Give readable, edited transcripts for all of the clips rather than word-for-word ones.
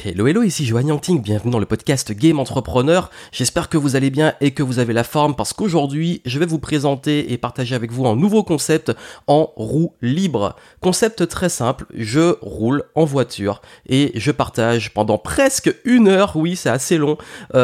Hello hello, ici Johan Yangting, bienvenue dans le podcast Game Entrepreneur. J'espère que vous allez bien et que vous avez la forme parce qu'aujourd'hui, je vais vous présenter et partager avec vous un nouveau concept en roue libre. Concept très simple, je roule en voiture et je partage pendant presque 1 heure, oui c'est assez long,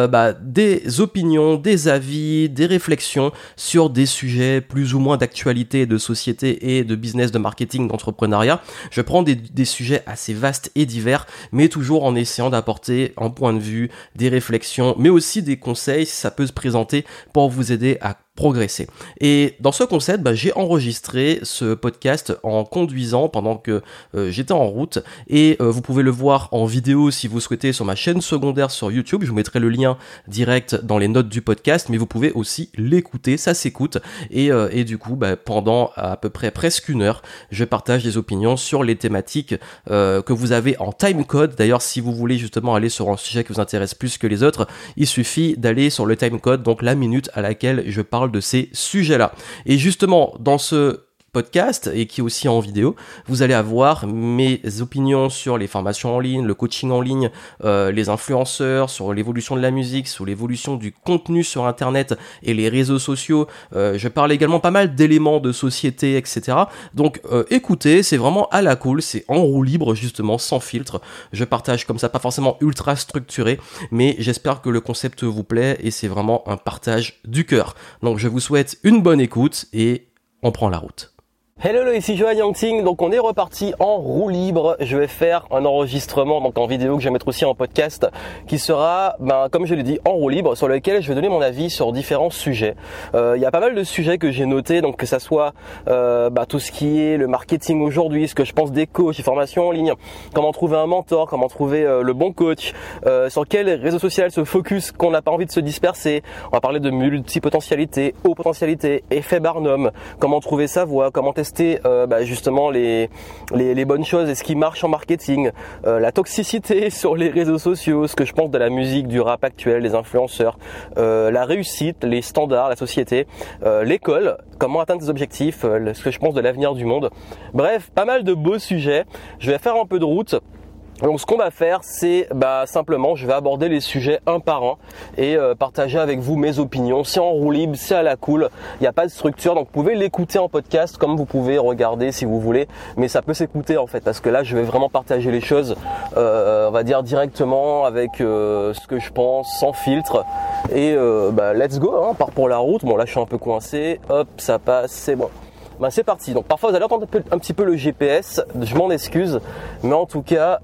des opinions, des avis, des réflexions sur des sujets plus ou moins d'actualité, de société et de business, de marketing, d'entrepreneuriat. Je prends des sujets assez vastes et divers, mais toujours en essayant d'apporter un point de vue, des réflexions, mais aussi des conseils si ça peut se présenter pour vous aider à progresser. Et dans ce concept, j'ai enregistré ce podcast en conduisant pendant que j'étais en route et vous pouvez le voir en vidéo si vous souhaitez sur ma chaîne secondaire sur YouTube. Je vous mettrai le lien direct dans les notes du podcast, mais vous pouvez aussi l'écouter, ça s'écoute et du coup pendant à peu près presque 1 heure, je partage des opinions sur les thématiques que vous avez en timecode. D'ailleurs, si vous voulez justement aller sur un sujet qui vous intéresse plus que les autres, il suffit d'aller sur le timecode, donc la minute à laquelle je parle de ces sujets-là. Et justement, dans ce podcast et qui est aussi en vidéo, vous allez avoir mes opinions sur les formations en ligne, le coaching en ligne, les influenceurs, sur l'évolution de la musique, sur l'évolution du contenu sur internet et les réseaux sociaux. Je parle également pas mal d'éléments de société, etc. Donc écoutez, c'est vraiment à la cool, c'est en roue libre justement, sans filtre. Je partage comme ça, pas forcément ultra structuré, mais j'espère que le concept vous plaît et c'est vraiment un partage du cœur. Donc je vous souhaite une bonne écoute et on prend la route. Hello, ici Johan Yangting, donc on est reparti en roue libre. Je vais faire un enregistrement donc en vidéo que je vais mettre aussi en podcast qui sera, comme je l'ai dit, en roue libre, sur lequel je vais donner mon avis sur différents sujets. Il y a pas mal de sujets que j'ai notés, donc que ça soit tout ce qui est le marketing aujourd'hui, ce que je pense des coachs, des formations en ligne, comment trouver un mentor, comment trouver le bon coach, sur quel réseau social se focus, qu'on n'a pas envie de se disperser. On va parler de multipotentialité, haut potentialité, effet Barnum, comment trouver sa voie, comment tester justement les bonnes choses et ce qui marche en marketing, la toxicité sur les réseaux sociaux, ce que je pense de la musique, du rap actuel, les influenceurs, la réussite, les standards, la société, l'école, comment atteindre ses objectifs, ce que je pense de l'avenir du monde. Bref, pas mal de beaux sujets. Je vais faire un peu de route. Donc ce qu'on va faire, c'est simplement je vais aborder les sujets un par un et partager avec vous mes opinions. C'est en roue libre, c'est à la cool, il n'y a pas de structure, donc vous pouvez l'écouter en podcast comme vous pouvez regarder si vous voulez, mais ça peut s'écouter en fait parce que là je vais vraiment partager les choses on va dire directement avec ce que je pense, sans filtre et let's go, on part pour la route. Bon là je suis un peu coincé, hop ça passe, c'est bon. C'est parti. Donc parfois vous allez entendre un petit peu le GPS, je m'en excuse, mais en tout cas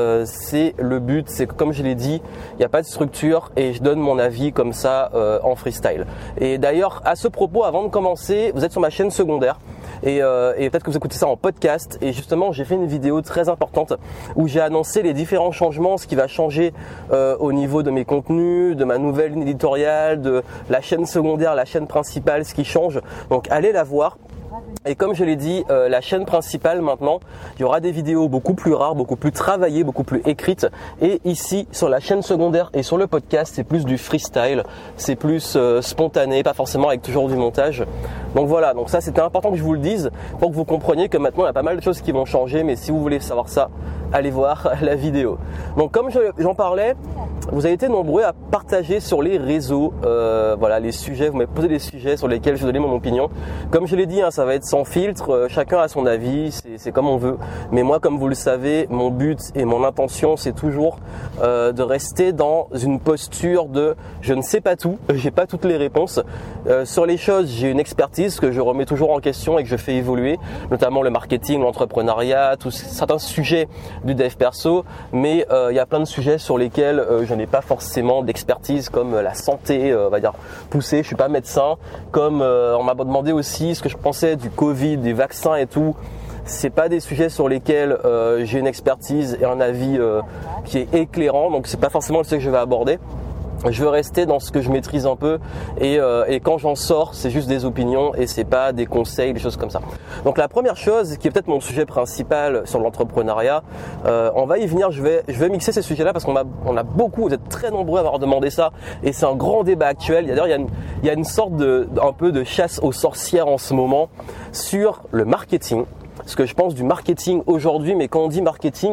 c'est le but, c'est que comme je l'ai dit, il n'y a pas de structure et je donne mon avis comme ça en freestyle. Et d'ailleurs à ce propos, avant de commencer, vous êtes sur ma chaîne secondaire et peut-être que vous écoutez ça en podcast et justement j'ai fait une vidéo très importante où j'ai annoncé les différents changements, ce qui va changer au niveau de mes contenus, de ma nouvelle ligne éditoriale, de la chaîne secondaire, la chaîne principale, ce qui change. Donc allez la voir. Et comme je l'ai dit, la chaîne principale maintenant, il y aura des vidéos beaucoup plus rares, beaucoup plus travaillées, beaucoup plus écrites. Et ici, sur la chaîne secondaire et sur le podcast, c'est plus du freestyle, c'est plus spontané, pas forcément avec toujours du montage. Donc voilà, donc ça c'était important que je vous le dise pour que vous compreniez que maintenant il y a pas mal de choses qui vont changer. Mais si vous voulez savoir ça, allez voir la vidéo. Donc comme j'en parlais, vous avez été nombreux à partager sur les réseaux les sujets, vous m'avez posé des sujets sur lesquels je vais donner mon opinion. Comme je l'ai dit, ça va être sans filtre, chacun a son avis, c'est comme on veut. Mais moi, comme vous le savez, mon but et mon intention, c'est toujours de rester dans une posture de je ne sais pas tout, j'ai pas toutes les réponses. Sur les choses, j'ai une expertise que je remets toujours en question et que je fais évoluer, notamment le marketing, l'entrepreneuriat, certains sujets du dev perso, mais il y a plein de sujets sur lesquels je n'ai pas forcément d'expertise, comme la santé, on va dire poussée. Je suis pas médecin, comme on m'a demandé aussi ce que je pensais du Covid, des vaccins et tout. C'est pas des sujets sur lesquels j'ai une expertise et un avis qui est éclairant, donc c'est pas forcément le sujet que je vais aborder. Je veux rester dans ce que je maîtrise un peu et quand j'en sors, c'est juste des opinions et c'est pas des conseils, des choses comme ça. Donc la première chose, qui est peut-être mon sujet principal sur l'entrepreneuriat, on va y venir. Je vais mixer ces sujets-là parce qu'on a beaucoup, vous êtes très nombreux à avoir demandé ça et c'est un grand débat actuel. D'ailleurs, il y a une sorte un peu de chasse aux sorcières en ce moment sur le marketing. Ce que je pense du marketing aujourd'hui, mais quand on dit marketing,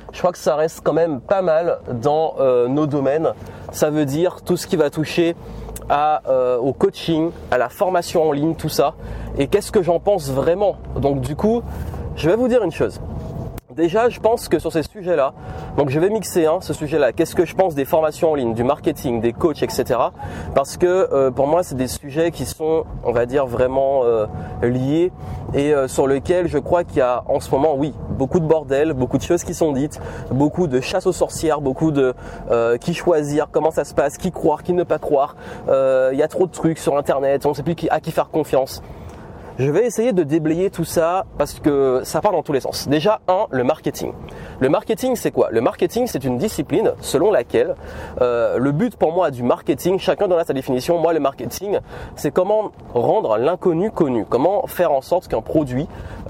je crois que ça reste quand même pas mal dans nos domaines. Ça veut dire tout ce qui va toucher au coaching, à la formation en ligne, tout ça. Et qu'est-ce que j'en pense vraiment? Donc du coup, je vais vous dire une chose. Déjà, je pense que sur ces sujets-là, donc je vais mixer ce sujet-là. Qu'est-ce que je pense des formations en ligne, du marketing, des coachs, etc. Parce que pour moi, c'est des sujets qui sont, on va dire, vraiment liés et sur lesquels je crois qu'il y a en ce moment, oui, beaucoup de bordel, beaucoup de choses qui sont dites, beaucoup de chasse aux sorcières, beaucoup de qui choisir, comment ça se passe, qui croire, qui ne pas croire. Il y a trop de trucs sur Internet, on ne sait plus à qui faire confiance. Je vais essayer de déblayer tout ça parce que ça part dans tous les sens. Déjà, le marketing. Le marketing, c'est quoi? Le marketing, c'est une discipline selon laquelle le but pour moi du marketing, chacun donne sa définition. Moi, le marketing, c'est comment rendre l'inconnu connu. Comment faire en sorte qu'un produit,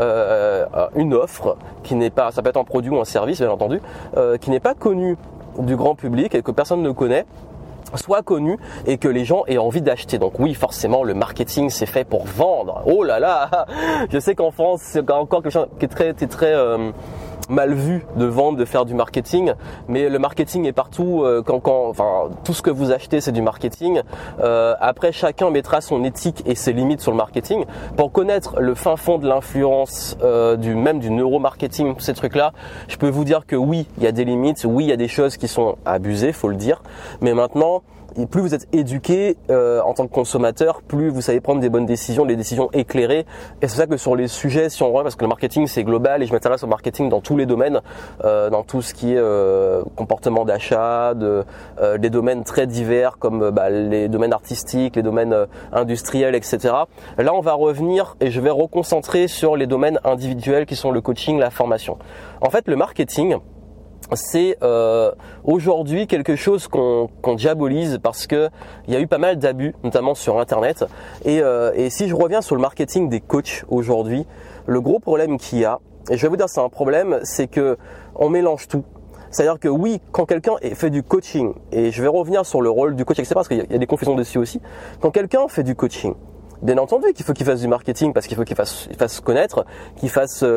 une offre, qui n'est pas, ça peut être un produit ou un service, bien entendu, qui n'est pas connu du grand public et que personne ne connaît, soit connu et que les gens aient envie d'acheter. Donc oui, forcément, le marketing, c'est fait pour vendre. Oh là là, je sais qu'en France, c'est encore quelque chose qui est très mal vu de vendre, de faire du marketing, mais le marketing est partout. Enfin, tout ce que vous achetez, c'est du marketing. Après, chacun mettra son éthique et ses limites sur le marketing. Pour connaître le fin fond de l'influence du neuromarketing, ces trucs-là, je peux vous dire que oui, il y a des limites, oui, il y a des choses qui sont abusées, faut le dire. Mais maintenant, et plus vous êtes éduqué en tant que consommateur, plus vous savez prendre des bonnes décisions, des décisions éclairées. Et c'est ça que sur les sujets, si on regarde, parce que le marketing c'est global et je m'intéresse au marketing dans tous les domaines, dans tout ce qui est comportement d'achat, des domaines très divers comme les domaines artistiques, les domaines industriels, etc. Là, on va revenir et je vais reconcentrer sur les domaines individuels qui sont le coaching, la formation. En fait, le marketing, c'est aujourd'hui quelque chose qu'on diabolise parce que il y a eu pas mal d'abus, notamment sur Internet. Et si je reviens sur le marketing des coachs aujourd'hui, le gros problème qu'il y a, et je vais vous dire c'est un problème, c'est que on mélange tout. C'est-à-dire que oui, quand quelqu'un fait du coaching, et je vais revenir sur le rôle du coach, etc. parce qu'il y a des confusions dessus aussi. Quand quelqu'un fait du coaching, bien entendu qu'il faut qu'il fasse du marketing parce qu'il faut qu'il fasse connaître, qu'il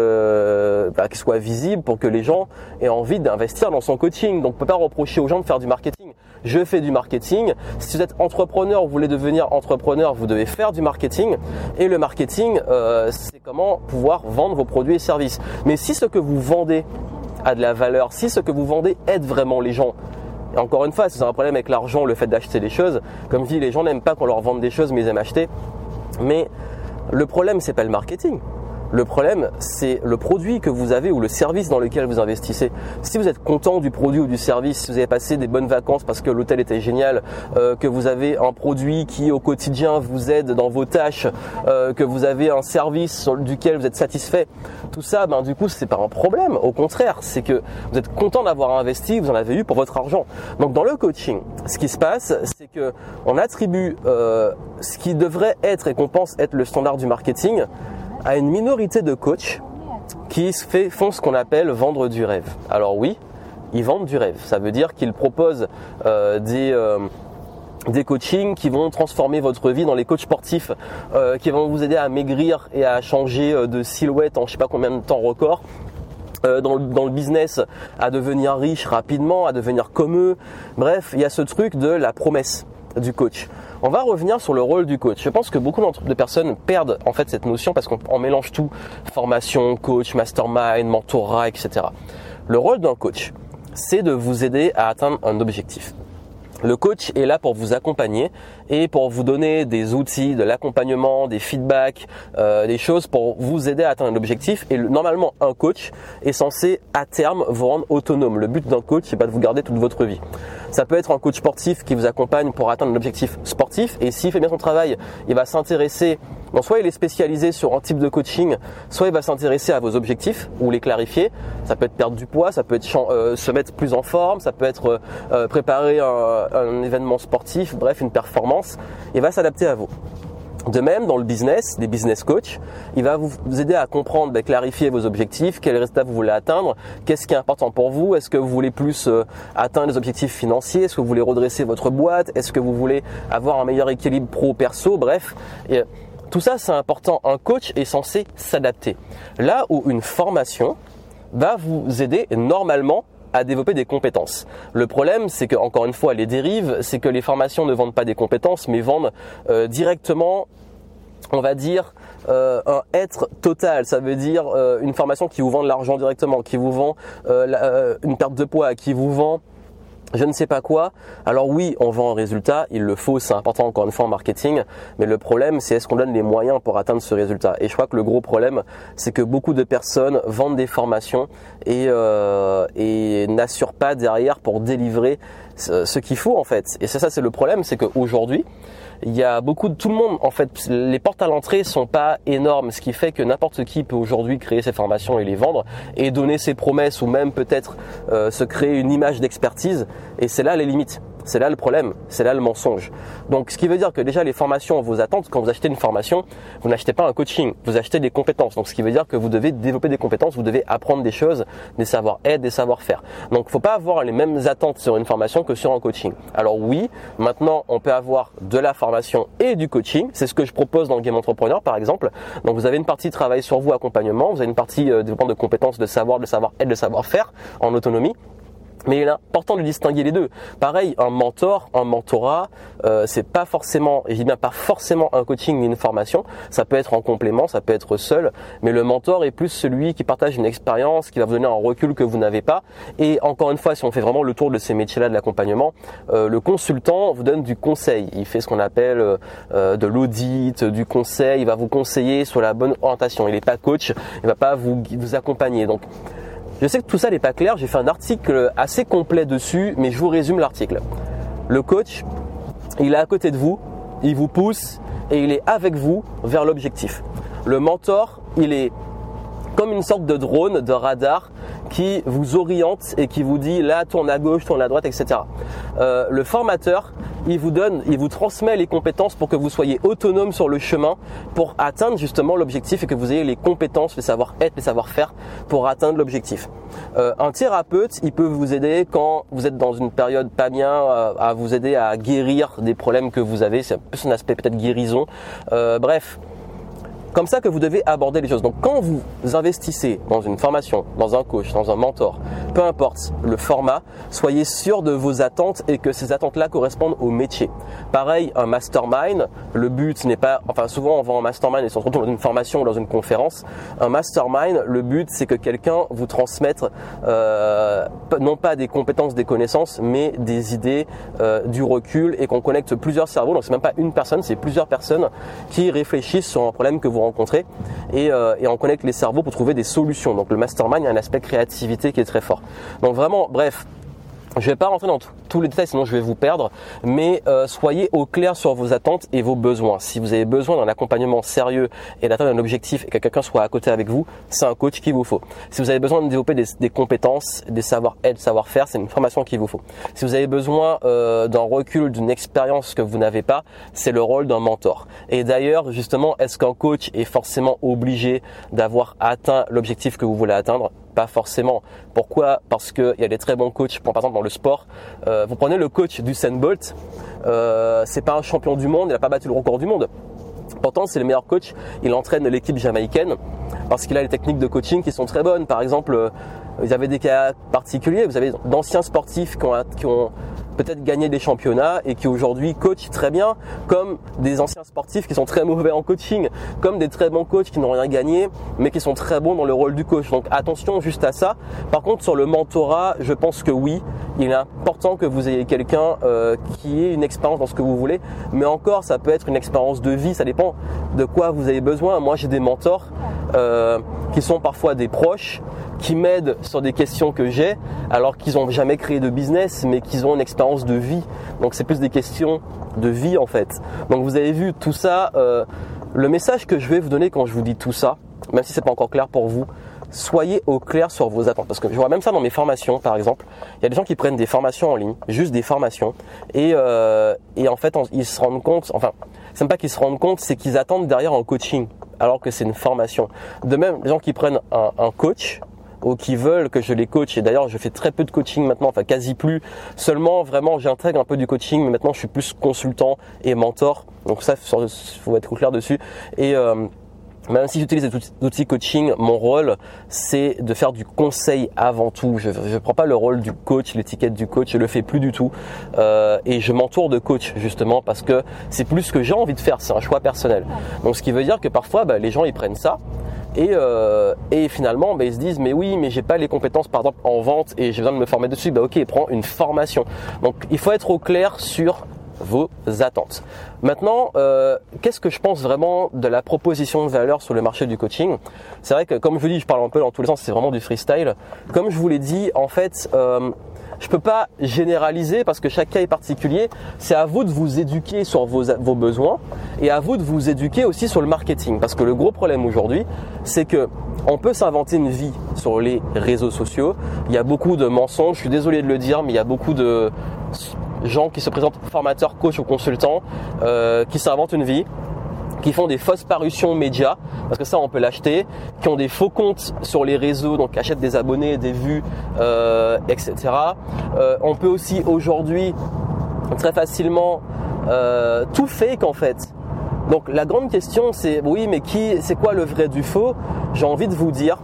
soit visible pour que les gens aient envie d'investir dans son coaching. Donc on ne peut pas reprocher aux gens de faire du marketing. Je fais du marketing. Si vous êtes entrepreneur, vous voulez devenir entrepreneur, vous devez faire du marketing. Et le marketing, c'est comment pouvoir vendre vos produits et services. Mais si ce que vous vendez a de la valeur, si ce que vous vendez aide vraiment les gens, et encore une fois, c'est un problème avec l'argent, le fait d'acheter des choses. Comme je dis, les gens n'aiment pas qu'on leur vende des choses, mais ils aiment acheter. Mais le problème, c'est pas le marketing. Le problème, c'est le produit que vous avez ou le service dans lequel vous investissez. Si vous êtes content du produit ou du service, si vous avez passé des bonnes vacances parce que l'hôtel était génial, que vous avez un produit qui au quotidien vous aide dans vos tâches, que vous avez un service duquel vous êtes satisfait, tout ça, du coup, c'est pas un problème. Au contraire, c'est que vous êtes content d'avoir investi, vous en avez eu pour votre argent. Donc dans le coaching, ce qui se passe, c'est que on attribue ce qui devrait être et qu'on pense être le standard du marketing à une minorité de coachs qui font ce qu'on appelle vendre du rêve. Alors oui, ils vendent du rêve. Ça veut dire qu'ils proposent des coachings qui vont transformer votre vie dans les coachs sportifs, qui vont vous aider à maigrir et à changer de silhouette en je sais pas combien de temps record. Dans le business, à devenir riche rapidement, à devenir comme eux. Bref, il y a ce truc de la promesse du coach. On va revenir sur le rôle du coach. Je pense que beaucoup de personnes perdent en fait cette notion parce qu'on mélange tout, formation, coach, mastermind, mentorat, etc. Le rôle d'un coach, c'est de vous aider à atteindre un objectif. Le coach est là pour vous accompagner et pour vous donner des outils, de l'accompagnement, des feedbacks, des choses pour vous aider à atteindre un objectif. Et normalement, un coach est censé à terme vous rendre autonome. Le but d'un coach, c'est pas de vous garder toute votre vie. Ça peut être un coach sportif qui vous accompagne pour atteindre un objectif sportif. Et s'il fait bien son travail, il va s'intéresser. Donc soit il est spécialisé sur un type de coaching, soit il va s'intéresser à vos objectifs ou les clarifier. Ça peut être perdre du poids, ça peut être se mettre plus en forme, ça peut être préparer un événement sportif, bref, une performance. Il va s'adapter à vous. De même, dans le business, des business coachs, il va vous aider à comprendre, clarifier vos objectifs, quels résultats vous voulez atteindre, qu'est-ce qui est important pour vous, est-ce que vous voulez plus atteindre les objectifs financiers, est-ce que vous voulez redresser votre boîte, est-ce que vous voulez avoir un meilleur équilibre pro-perso, bref. Et tout ça, c'est important. Un coach est censé s'adapter. Là où une formation va vous aider normalement à développer des compétences. Le problème, c'est que, encore une fois, les dérives, c'est que les formations ne vendent pas des compétences, mais vendent directement, on va dire, un être total. Ça veut dire une formation qui vous vend de l'argent directement, qui vous vend une perte de poids, qui vous vend je ne sais pas quoi. Alors oui, on vend un résultat, il le faut, c'est important encore une fois en marketing, mais le problème c'est est-ce qu'on donne les moyens pour atteindre ce résultat. Et je crois que le gros problème c'est que beaucoup de personnes vendent des formations et n'assurent pas derrière pour délivrer ce qu'il faut en fait. Et ça c'est le problème, c'est qu'aujourd'hui il y a tout le monde en fait, les portes à l'entrée sont pas énormes, ce qui fait que n'importe qui peut aujourd'hui créer ses formations et les vendre et donner ses promesses ou même peut-être se créer une image d'expertise, et c'est là les limites. C'est là le problème, c'est là le mensonge. Donc ce qui veut dire que déjà les formations vos attentes, quand vous achetez une formation, vous n'achetez pas un coaching, vous achetez des compétences. Donc ce qui veut dire que vous devez développer des compétences, vous devez apprendre des choses, des savoir-être, des savoir-faire. Donc il ne faut pas avoir les mêmes attentes sur une formation que sur un coaching. Alors oui, maintenant on peut avoir de la formation et du coaching, c'est ce que je propose dans le Game Entrepreneur par exemple. Donc vous avez une partie travail sur vous, accompagnement, vous avez une partie développement de compétences, de savoir, de savoir-être, de savoir-faire en autonomie. Mais il est important de distinguer les deux. Pareil, un mentor, un mentorat, c'est pas forcément, et je dis bien pas forcément un coaching ni une formation. Ça peut être en complément, ça peut être seul. Mais le mentor est plus celui qui partage une expérience, qui va vous donner un recul que vous n'avez pas. Et encore une fois, si on fait vraiment le tour de ces métiers-là de l'accompagnement, le consultant vous donne du conseil. Il fait ce qu'on appelle de l'audit, du conseil. Il va vous conseiller sur la bonne orientation. Il n'est pas coach, il va pas vous accompagner. Donc je sais que tout ça n'est pas clair, j'ai fait un article assez complet dessus, mais je vous résume l'article. Le coach, il est à côté de vous, il vous pousse et il est avec vous vers l'objectif. Le mentor, il est comme une sorte de drone, de radar qui vous oriente et qui vous dit là, tourne à gauche, tourne à droite, etc. Le formateur, il vous transmet les compétences pour que vous soyez autonome sur le chemin pour atteindre justement l'objectif et que vous ayez les compétences, le savoir-être, le savoir-faire pour atteindre l'objectif. Un thérapeute, il peut vous aider quand vous êtes dans une période pas bien, à vous aider à guérir des problèmes que vous avez. C'est plus un aspect peut-être guérison. Bref. Comme ça que vous devez aborder les choses. Donc quand vous investissez dans une formation, dans un coach, dans un mentor, peu importe le format, soyez sûr de vos attentes et que ces attentes-là correspondent au métier. Pareil, un mastermind, le but n'est pas, enfin souvent on va en mastermind et se retrouve dans une formation ou dans une conférence. Un mastermind, le but c'est que quelqu'un vous transmette non pas des compétences, des connaissances, mais des idées, du recul et qu'on connecte plusieurs cerveaux. Donc c'est même pas une personne, c'est plusieurs personnes qui réfléchissent sur un problème que vous rencontrer et on connecte les cerveaux pour trouver des solutions. Donc le mastermind, il y a un aspect créativité qui est très fort. Donc vraiment, bref, je vais pas rentrer dans tous les détails sinon je vais vous perdre, mais soyez au clair sur vos attentes et vos besoins. Si vous avez besoin d'un accompagnement sérieux et d'atteindre un objectif et que quelqu'un soit à côté avec vous, c'est un coach qu'il vous faut. Si vous avez besoin de développer des compétences, des savoir-être, savoir-faire, c'est une formation qu'il vous faut. Si vous avez besoin d'un recul, d'une expérience que vous n'avez pas, c'est le rôle d'un mentor. Et d'ailleurs, justement, est-ce qu'un coach est forcément obligé d'avoir atteint l'objectif que vous voulez atteindre ? Pas forcément. Pourquoi ? Parce qu'il y a des très bons coachs, par exemple dans le sport. Vous prenez le coach d'Usain Bolt, c'est pas un champion du monde, il n'a pas battu le record du monde. Pourtant, c'est le meilleur coach. Il entraîne l'équipe jamaïcaine parce qu'il a les techniques de coaching qui sont très bonnes. Par exemple, vous avez des cas particuliers. Vous avez d'anciens sportifs qui ont peut-être gagné des championnats et qui aujourd'hui coachent très bien, comme des anciens sportifs qui sont très mauvais en coaching, comme des très bons coachs qui n'ont rien gagné mais qui sont très bons dans le rôle du coach. Donc attention juste à ça. Par contre, sur le mentorat, je pense que oui, il est important que vous ayez quelqu'un qui ait une expérience dans ce que vous voulez, mais encore ça peut être une expérience de vie, ça dépend de quoi vous avez besoin. Moi j'ai des mentors qui sont parfois des proches, qui m'aident sur des questions que j'ai alors qu'ils n'ont jamais créé de business mais qu'ils ont une expérience de vie. Donc c'est plus des questions de vie en fait. Donc vous avez vu tout ça, le message que je vais vous donner quand je vous dis tout ça, même si c'est pas encore clair pour vous, soyez au clair sur vos attentes. Parce que je vois même ça dans mes formations par exemple, il y a des gens qui prennent des formations en ligne, juste des formations et en fait ils se rendent compte, enfin c'est même pas qu'ils se rendent compte, c'est qu'ils attendent derrière un coaching alors que c'est une formation. De même, les gens qui prennent un coach ou qui veulent que je les coach, et d'ailleurs je fais très peu de coaching maintenant, enfin quasi plus, seulement vraiment j'intègre un peu du coaching, mais maintenant je suis plus consultant et mentor, donc ça il faut être clair dessus. Et Même si j'utilise des outils coaching, mon rôle, c'est de faire du conseil avant tout. Je ne prends pas le rôle du coach, l'étiquette du coach, je le fais plus du tout. Et je m'entoure de coachs justement parce que c'est plus ce que j'ai envie de faire, c'est un choix personnel. Donc ce qui veut dire que parfois, les gens ils prennent ça et finalement ils se disent mais oui, mais j'ai pas les compétences par exemple en vente et j'ai besoin de me former dessus. Ok, prends une formation. Donc il faut être au clair sur vos attentes. Maintenant, qu'est-ce que je pense vraiment de la proposition de valeur sur le marché du coaching? C'est vrai que comme je vous dis, je parle un peu dans tous les sens, c'est vraiment du freestyle. Comme je vous l'ai dit, en fait, je peux pas généraliser parce que chaque cas est particulier. C'est à vous de vous éduquer sur vos besoins et à vous de vous éduquer aussi sur le marketing. Parce que le gros problème aujourd'hui, c'est que on peut s'inventer une vie sur les réseaux sociaux. Il y a beaucoup de mensonges, je suis désolé de le dire, mais il y a beaucoup de gens qui se présentent formateurs, coachs ou consultants, qui s'inventent une vie, qui font des fausses parutions médias, parce que ça on peut l'acheter, qui ont des faux comptes sur les réseaux, donc achètent des abonnés, des vues, etc. On peut aussi aujourd'hui très facilement tout fake en fait. Donc la grande question c'est oui, mais c'est quoi le vrai du faux? J'ai envie de vous dire,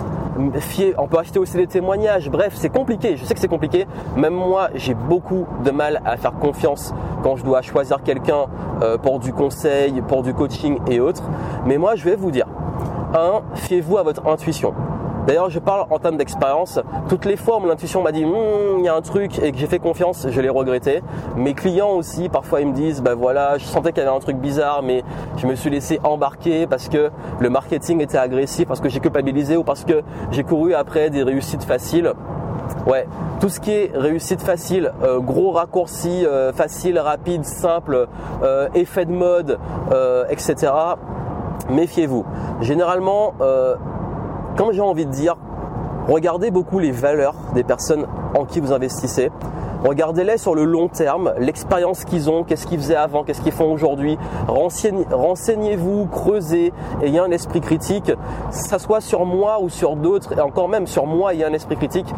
on peut acheter aussi des témoignages, bref c'est compliqué, je sais que c'est compliqué, même moi j'ai beaucoup de mal à faire confiance quand je dois choisir quelqu'un pour du conseil, pour du coaching et autres, mais moi je vais vous dire, fiez-vous à votre intuition. D'ailleurs je parle en termes d'expérience, toutes les fois où mon intuition m'a dit il y a un truc et que j'ai fait confiance, je l'ai regretté. Mes clients aussi parfois ils me disent voilà, je sentais qu'il y avait un truc bizarre mais je me suis laissé embarquer parce que le marketing était agressif, parce que j'ai culpabilisé ou parce que j'ai couru après des réussites faciles. Ouais, tout ce qui est réussite facile, gros raccourcis, facile, rapide, simple, effet de mode, etc. Méfiez-vous. Généralement, comme j'ai envie de dire, regardez beaucoup les valeurs des personnes en qui vous investissez. Regardez-les sur le long terme, l'expérience qu'ils ont, qu'est-ce qu'ils faisaient avant, qu'est-ce qu'ils font aujourd'hui. Renseignez-vous, creusez, ayez un esprit critique. Que ça soit sur moi ou sur d'autres, et encore même sur moi, ayez un esprit critique.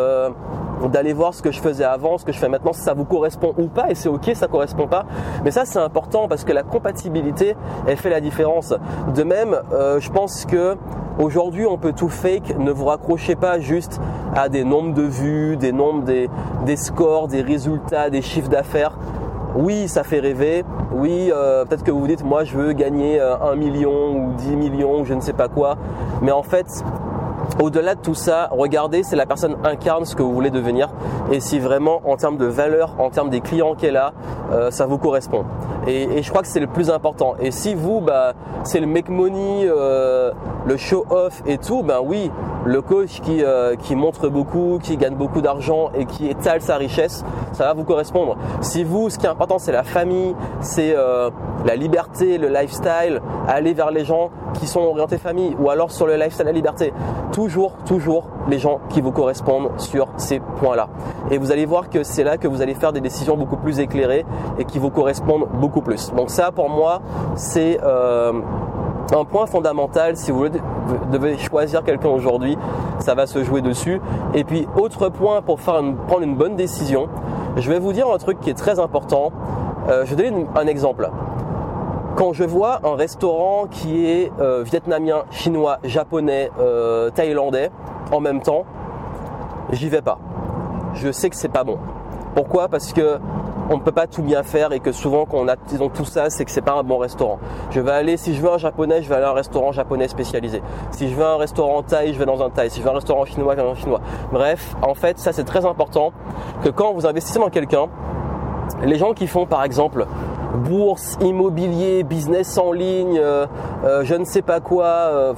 D'aller voir ce que je faisais avant, ce que je fais maintenant, si ça vous correspond ou pas, et c'est ok, ça correspond pas. Mais ça c'est important parce que la compatibilité, elle fait la différence. De même, je pense que aujourd'hui on peut tout fake. Ne vous raccrochez pas juste à des nombres de vues, des nombres, des scores, des résultats, des chiffres d'affaires. Oui, ça fait rêver. Oui, peut-être que vous vous dites, moi je veux gagner 1 million ou 10 millions ou je ne sais pas quoi. Mais en fait, au-delà de tout ça, regardez si la personne incarne ce que vous voulez devenir et si vraiment en termes de valeur, en termes des clients qu'elle a, ça vous correspond. Et je crois que c'est le plus important. Et si vous, c'est le make money, le show off et tout, oui, le coach qui montre beaucoup, qui gagne beaucoup d'argent et qui étale sa richesse, ça va vous correspondre. Si vous, ce qui est important, c'est la famille, c'est la liberté, le lifestyle, aller vers les gens qui sont orientés famille ou alors sur le lifestyle, la liberté. Toujours les gens qui vous correspondent sur ces points-là. Et vous allez voir que c'est là que vous allez faire des décisions beaucoup plus éclairées et qui vous correspondent beaucoup plus. Donc ça, pour moi, c'est un point fondamental. Si vous devez choisir quelqu'un aujourd'hui, ça va se jouer dessus. Et puis, autre point pour prendre une bonne décision, je vais vous dire un truc qui est très important. Je vais donner un exemple. Quand je vois un restaurant qui est vietnamien, chinois, japonais, thaïlandais en même temps, j'y vais pas. Je sais que c'est pas bon. Pourquoi? Parce que on ne peut pas tout bien faire et que souvent quand ils ont tout ça, c'est que c'est pas un bon restaurant. Si je veux un japonais, je vais aller à un restaurant japonais spécialisé. Si je veux un restaurant thaï, je vais dans un thaï. Si je veux un restaurant chinois, je vais dans un chinois. Bref, en fait, ça c'est très important que quand vous investissez dans quelqu'un, les gens qui font par exemple bourse, immobilier, business en ligne, je ne sais pas quoi,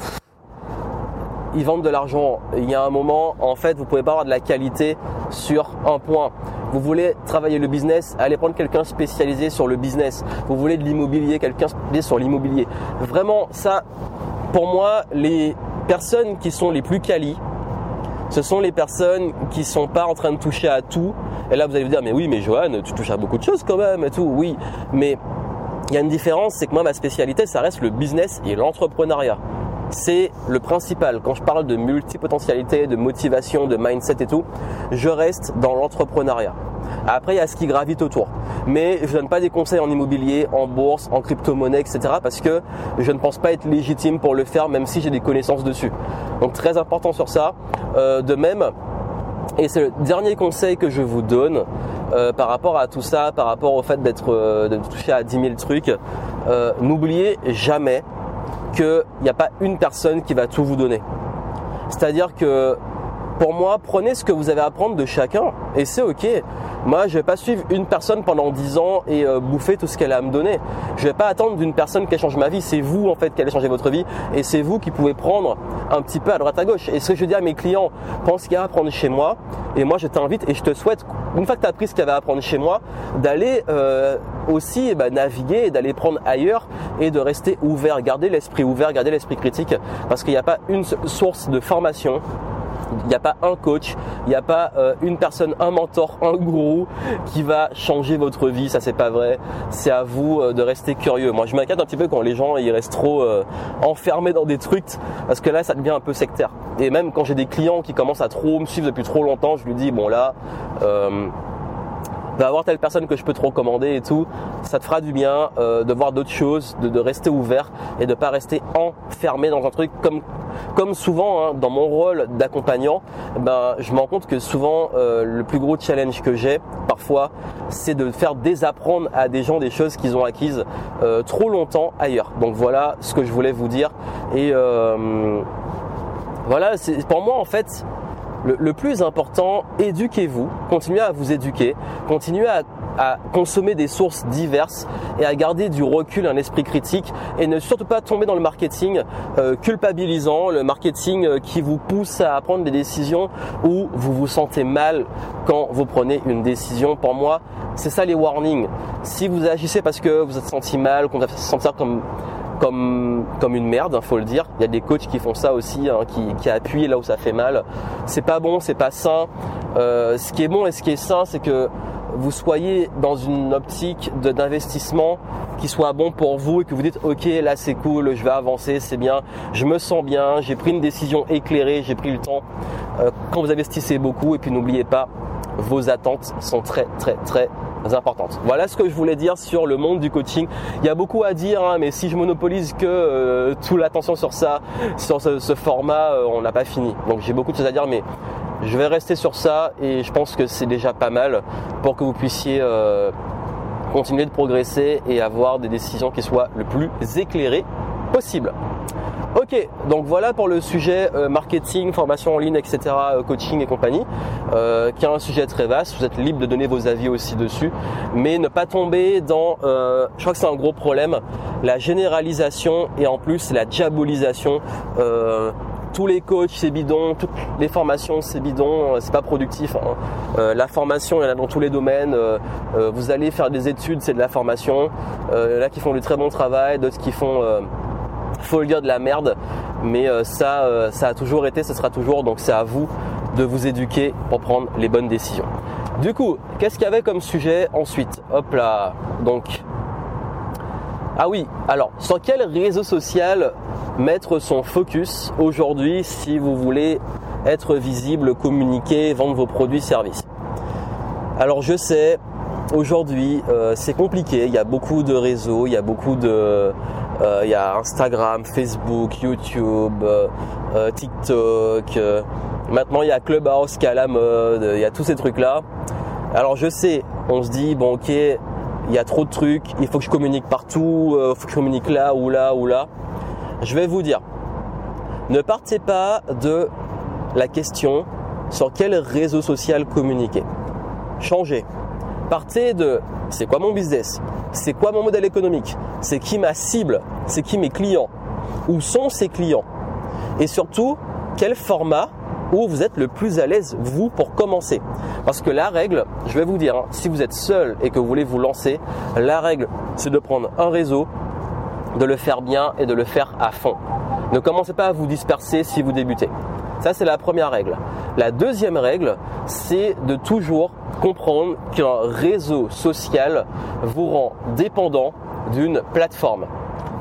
ils vendent de l'argent. Il y a un moment, en fait, vous pouvez pas avoir de la qualité sur un point. Vous voulez travailler le business, allez prendre quelqu'un spécialisé sur le business. Vous voulez de l'immobilier, quelqu'un spécialisé sur l'immobilier. Vraiment, ça, pour moi, les personnes qui sont les plus qualies, ce sont les personnes qui sont pas en train de toucher à tout. Et là, vous allez vous dire, mais oui, mais Johan, tu touches à beaucoup de choses quand même et tout. Oui, mais il y a une différence, c'est que moi, ma spécialité, ça reste le business et l'entrepreneuriat. c'est le principal. Quand je parle de multipotentialité, de motivation, de mindset et tout, je reste dans l'entrepreneuriat. Après, il y a ce qui gravite autour. Mais je ne donne pas des conseils en immobilier, en bourse, en crypto-monnaie, etc. parce que je ne pense pas être légitime pour le faire, même si j'ai des connaissances dessus. Donc, très important sur ça. De même, et c'est le dernier conseil que je vous donne par rapport à tout ça, par rapport au fait de toucher à 10 000 trucs, n'oubliez jamais qu'il n'y a pas une personne qui va tout vous donner. C'est-à-dire que pour moi, prenez ce que vous avez à apprendre de chacun et c'est ok. Moi, je vais pas suivre une personne pendant 10 ans et bouffer tout ce qu'elle a à me donner. Je vais pas attendre d'une personne qui change ma vie. C'est vous en fait qui allez changer votre vie et c'est vous qui pouvez prendre un petit peu à droite à gauche. Et ce que je dis à mes clients, pense qu'il y a à apprendre chez moi et moi je t'invite et je te souhaite, une fois que tu as appris ce qu'il y avait à apprendre chez moi, d'aller aussi naviguer et d'aller prendre ailleurs et de rester ouvert, garder l'esprit ouvert, garder l'esprit critique parce qu'il n'y a pas une source de formation. Il n'y a pas un coach, il n'y a pas une personne, un mentor, un gourou qui va changer votre vie, ça c'est pas vrai. C'est à vous de rester curieux. Moi je m'inquiète un petit peu quand les gens ils restent trop enfermés dans des trucs parce que là ça devient un peu sectaire. Et même quand j'ai des clients qui commencent à trop me suivre depuis trop longtemps, je lui dis bon là va avoir telle personne que je peux te recommander et tout, ça te fera du bien de voir d'autres choses, de rester ouvert et de pas rester enfermé dans un truc comme souvent dans mon rôle d'accompagnant, je me rends compte que souvent le plus gros challenge que j'ai parfois c'est de faire désapprendre à des gens des choses qu'ils ont acquises trop longtemps ailleurs. Donc voilà ce que je voulais vous dire et voilà, c'est pour moi en fait le plus important, éduquez-vous, continuez à vous éduquer, continuez à consommer des sources diverses et à garder du recul, un esprit critique et ne surtout pas tomber dans le marketing culpabilisant, le marketing qui vous pousse à prendre des décisions où vous vous sentez mal quand vous prenez une décision. Pour moi, c'est ça les warnings. Si vous agissez parce que vous êtes senti mal, qu'on vous fait sentir comme une merde, faut le dire. Il y a des coachs qui font ça aussi, qui appuient là où ça fait mal. C'est pas bon, c'est pas sain. Ce qui est bon et ce qui est sain, c'est que vous soyez dans une optique d'investissement qui soit bon pour vous et que vous dites ok là c'est cool, je vais avancer, c'est bien, je me sens bien, j'ai pris une décision éclairée, j'ai pris le temps. Quand vous investissez beaucoup et puis n'oubliez pas, vos attentes sont très très très importantes. Voilà ce que je voulais dire sur le monde du coaching. Il y a beaucoup à dire, mais si je monopolise que toute l'attention sur ça, sur ce format, on n'a pas fini. Donc j'ai beaucoup de choses à dire, mais je vais rester sur ça et je pense que c'est déjà pas mal pour que vous puissiez continuer de progresser et avoir des décisions qui soient le plus éclairées possible. Ok, donc voilà pour le sujet marketing, formation en ligne, etc., coaching et compagnie, qui est un sujet très vaste. Vous êtes libre de donner vos avis aussi dessus, mais ne pas tomber dans, je crois que c'est un gros problème, la généralisation et en plus la diabolisation. Tous les coachs c'est bidon, toutes les formations c'est bidon, c'est pas productif. La formation il y en a dans tous les domaines. Vous allez faire des études, c'est de la formation. Il y en a qui font du très bon travail, d'autres qui font faut le dire de la merde, mais ça a toujours été, ça sera toujours, donc c'est à vous de vous éduquer pour prendre les bonnes décisions. Du coup, qu'est-ce qu'il y avait comme sujet ensuite? Hop là, donc ah oui, alors sur quel réseau social mettre son focus aujourd'hui si vous voulez être visible, communiquer, vendre vos produits, services? Alors je sais, aujourd'hui c'est compliqué, il y a beaucoup de réseaux, il y a beaucoup de il y a Instagram, Facebook, YouTube, TikTok, maintenant il y a Clubhouse qui est à la mode, il y a tous ces trucs là. Alors je sais, on se dit bon ok, il y a trop de trucs, il faut que je communique partout, il faut que je communique là ou là ou là. Je vais vous dire, ne partez pas de la question sur quel réseau social communiquer. Changez. Partez de c'est quoi mon business, c'est quoi mon modèle économique, c'est qui ma cible, c'est qui mes clients, où sont ces clients et surtout quel format où vous êtes le plus à l'aise vous pour commencer. Parce que la règle, je vais vous dire, si vous êtes seul et que vous voulez vous lancer, la règle c'est de prendre un réseau, de le faire bien et de le faire à fond. Ne commencez pas à vous disperser si vous débutez. Ça, c'est la première règle. La deuxième règle, c'est de toujours comprendre qu'un réseau social vous rend dépendant d'une plateforme.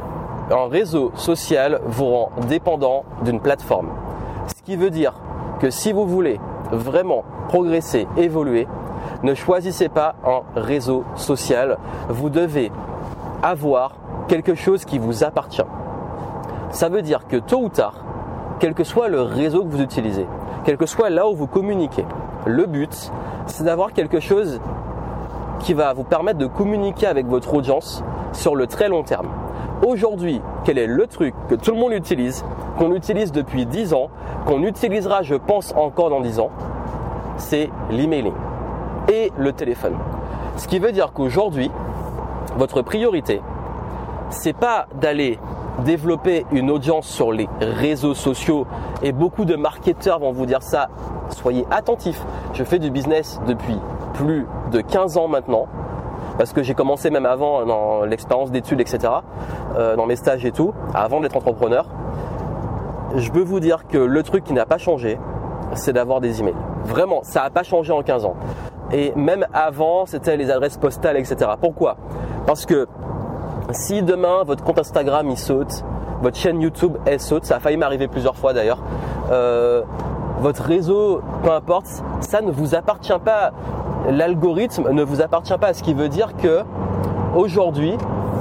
un réseau social vous rend dépendant d'une plateforme. Ce qui veut dire que si vous voulez vraiment progresser, évoluer, ne choisissez pas un réseau social. Vous devez avoir quelque chose qui vous appartient. Ça veut dire que tôt ou tard, quel que soit le réseau que vous utilisez, quel que soit là où vous communiquez, le but, c'est d'avoir quelque chose qui va vous permettre de communiquer avec votre audience sur le très long terme. Aujourd'hui, quel est le truc que tout le monde utilise, qu'on utilise depuis 10 ans, qu'on utilisera, je pense, encore dans 10 ans? C'est l'emailing et le téléphone. Ce qui veut dire qu'aujourd'hui, votre priorité, c'est pas d'aller développer une audience sur les réseaux sociaux, et beaucoup de marketeurs vont vous dire ça. Soyez attentifs. Je fais du business depuis plus de 15 ans maintenant, parce que j'ai commencé même avant dans l'expérience d'études, etc., dans mes stages et tout, avant d'être entrepreneur. Je peux vous dire que le truc qui n'a pas changé, c'est d'avoir des emails. Vraiment, ça n'a pas changé en 15 ans. Et même avant, c'était les adresses postales, etc. Pourquoi? Parce que si demain, votre compte Instagram, il saute, votre chaîne YouTube, elle saute, ça a failli m'arriver plusieurs fois d'ailleurs, votre réseau, peu importe, ça ne vous appartient pas. L'algorithme ne vous appartient pas. Ce qui veut dire que aujourd'hui,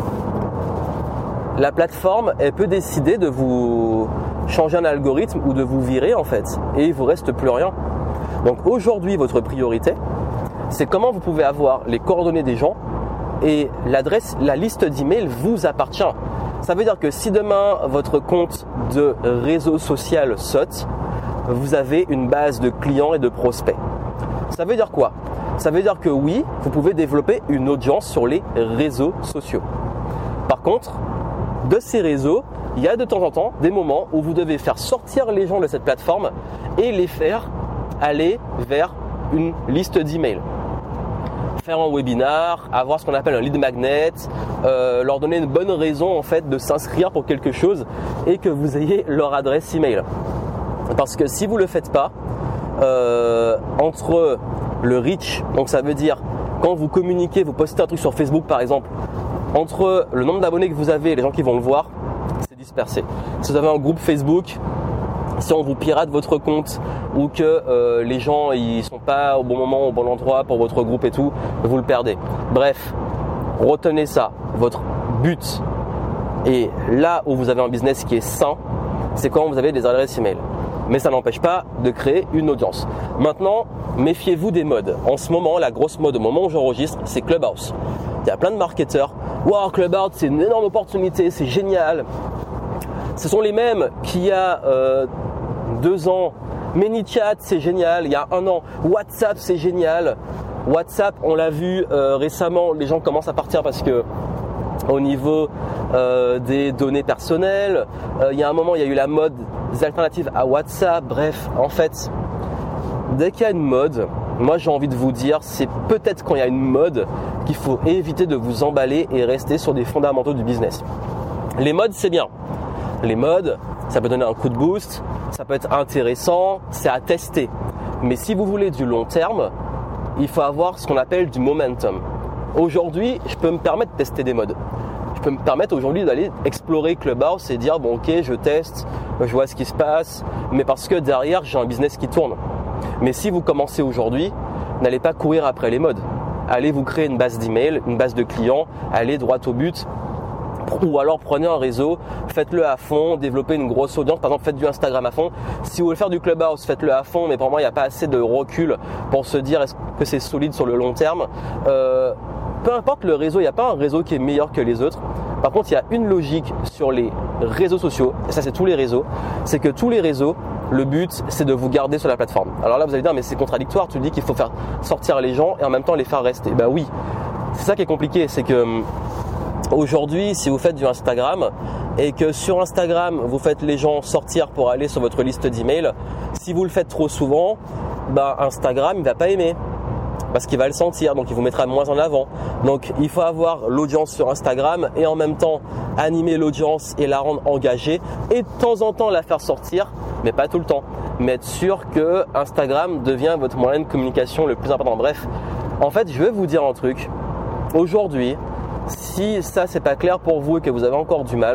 la plateforme, elle peut décider de vous changer un algorithme ou de vous virer en fait. Et il vous reste plus rien. Donc aujourd'hui, votre priorité, c'est comment vous pouvez avoir les coordonnées des gens et l'adresse, la liste d'emails vous appartient. Ça veut dire que si demain, votre compte de réseau social saute, vous avez une base de clients et de prospects. Ça veut dire quoi? Ça veut dire que oui, vous pouvez développer une audience sur les réseaux sociaux. Par contre, de ces réseaux, il y a de temps en temps des moments où vous devez faire sortir les gens de cette plateforme et les faire aller vers une liste d'emails. Faire un webinar, avoir ce qu'on appelle un lead magnet, leur donner une bonne raison en fait de s'inscrire pour quelque chose et que vous ayez leur adresse email. Parce que si vous ne le faites pas, entre le reach, donc ça veut dire quand vous communiquez, vous postez un truc sur Facebook par exemple, entre le nombre d'abonnés que vous avez et les gens qui vont le voir, c'est dispersé. Si vous avez un groupe Facebook, si on vous pirate votre compte ou que les gens ils sont pas au bon moment, au bon endroit pour votre groupe et tout, vous le perdez. Bref, retenez ça. Votre but, et là où vous avez un business qui est sain, c'est quand vous avez des adresses email. Mais ça n'empêche pas de créer une audience. Maintenant, méfiez-vous des modes. En ce moment, la grosse mode au moment où j'enregistre, c'est Clubhouse. Il y a plein de marketeurs. Wow, Clubhouse, c'est une énorme opportunité, c'est génial. Ce sont les mêmes qu'il y a 2 ans. ManyChat, c'est génial. Il y a 1 an. WhatsApp, c'est génial. WhatsApp, on l'a vu récemment, les gens commencent à partir parce que au niveau des données personnelles, il y a un moment, il y a eu la mode des alternatives à WhatsApp. Bref, en fait, dès qu'il y a une mode, moi j'ai envie de vous dire, c'est peut-être quand il y a une mode qu'il faut éviter de vous emballer et rester sur des fondamentaux du business. Les modes, c'est bien. Les modes, ça peut donner un coup de boost, ça peut être intéressant, c'est à tester. Mais si vous voulez du long terme, il faut avoir ce qu'on appelle du momentum. Aujourd'hui, je peux me permettre de tester des modes. Je peux me permettre aujourd'hui d'aller explorer Clubhouse et dire bon ok, je teste, je vois ce qui se passe, mais parce que derrière j'ai un business qui tourne. Mais si vous commencez aujourd'hui, n'allez pas courir après les modes. Allez vous créer une base d'email, une base de clients, allez droit au but. Ou alors prenez un réseau, faites-le à fond, développez une grosse audience. Par exemple, faites du Instagram à fond. Si vous voulez faire du Clubhouse, faites-le à fond. Mais pour moi, il n'y a pas assez de recul pour se dire est-ce que c'est solide sur le long terme. Peu importe le réseau, il n'y a pas un réseau qui est meilleur que les autres. Par contre, il y a une logique sur les réseaux sociaux, et ça c'est tous les réseaux, c'est que tous les réseaux, le but c'est de vous garder sur la plateforme. Alors là vous allez dire mais c'est contradictoire, tu dis qu'il faut faire sortir les gens et en même temps les faire rester. Ben oui, c'est ça qui est compliqué, c'est que aujourd'hui si vous faites du Instagram et que sur Instagram vous faites les gens sortir pour aller sur votre liste d'emails, si vous le faites trop souvent, ben Instagram il va pas aimer. Parce qu'il va le sentir, donc il vous mettra moins en avant. Donc il faut avoir l'audience sur Instagram et en même temps animer l'audience et la rendre engagée et de temps en temps la faire sortir, mais pas tout le temps. Mais être sûr que Instagram devient votre moyen de communication le plus important. Bref, en fait je vais vous dire un truc. Aujourd'hui, si ça c'est pas clair pour vous et que vous avez encore du mal,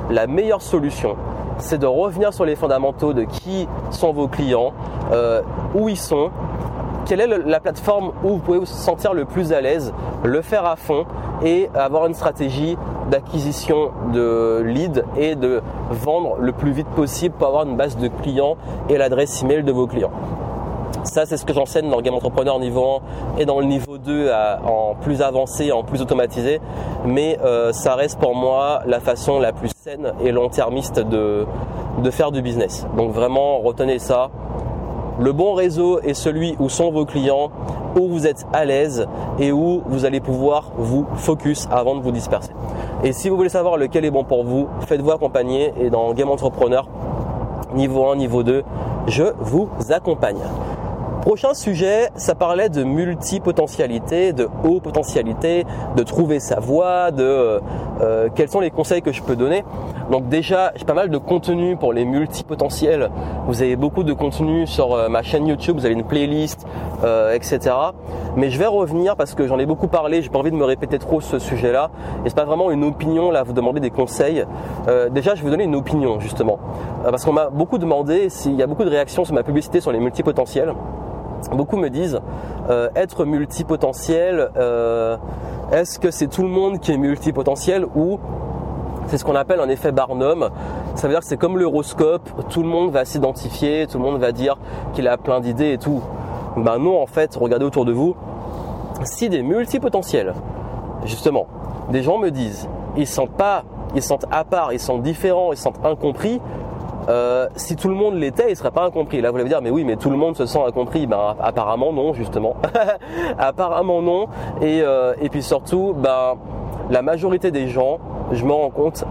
la meilleure solution, c'est de revenir sur les fondamentaux de qui sont vos clients, où ils sont, quelle est la plateforme où vous pouvez vous sentir le plus à l'aise, le faire à fond et avoir une stratégie d'acquisition de leads et de vendre le plus vite possible pour avoir une base de clients et l'adresse email de vos clients. Ça, c'est ce que j'enseigne dans le Game Entrepreneur niveau 1 et dans le niveau 2 en plus avancé, en plus automatisé. Mais ça reste pour moi la façon la plus saine et long-termiste de faire du business. Donc vraiment, retenez ça. Le bon réseau est celui où sont vos clients, où vous êtes à l'aise et où vous allez pouvoir vous focus avant de vous disperser. Et si vous voulez savoir lequel est bon pour vous, faites-vous accompagner. Et dans Game Entrepreneur, niveau 1, niveau 2, je vous accompagne. Prochain sujet, ça parlait de multipotentialité, de haut potentialité, de trouver sa voie, de quels sont les conseils que je peux donner. Donc déjà, j'ai pas mal de contenu pour les multipotentiels. Vous avez beaucoup de contenu sur ma chaîne YouTube, vous avez une playlist, etc. Mais je vais revenir parce que j'en ai beaucoup parlé, j'ai pas envie de me répéter trop ce sujet-là. Et c'est pas vraiment une opinion là, vous demandez des conseils. Déjà, je vais vous donner une opinion justement. Parce qu'on m'a beaucoup demandé s'il y a beaucoup de réactions sur ma publicité sur les multipotentiels. Beaucoup me disent être multipotentiel, est-ce que c'est tout le monde qui est multipotentiel ou c'est ce qu'on appelle un effet Barnum. Ça veut dire que c'est comme l'horoscope, tout le monde va s'identifier, tout le monde va dire qu'il a plein d'idées et tout. Ben non, en fait, regardez autour de vous, si des multipotentiels, justement, des gens me disent, ils se sentent à part, ils sont différents, ils se sentent incompris. Si tout le monde l'était, il ne serait pas incompris. Là, vous allez me dire, mais oui, mais tout le monde se sent incompris. Ben, apparemment non, justement. Apparemment non. Et puis surtout, ben, la majorité des gens, je me rends compte,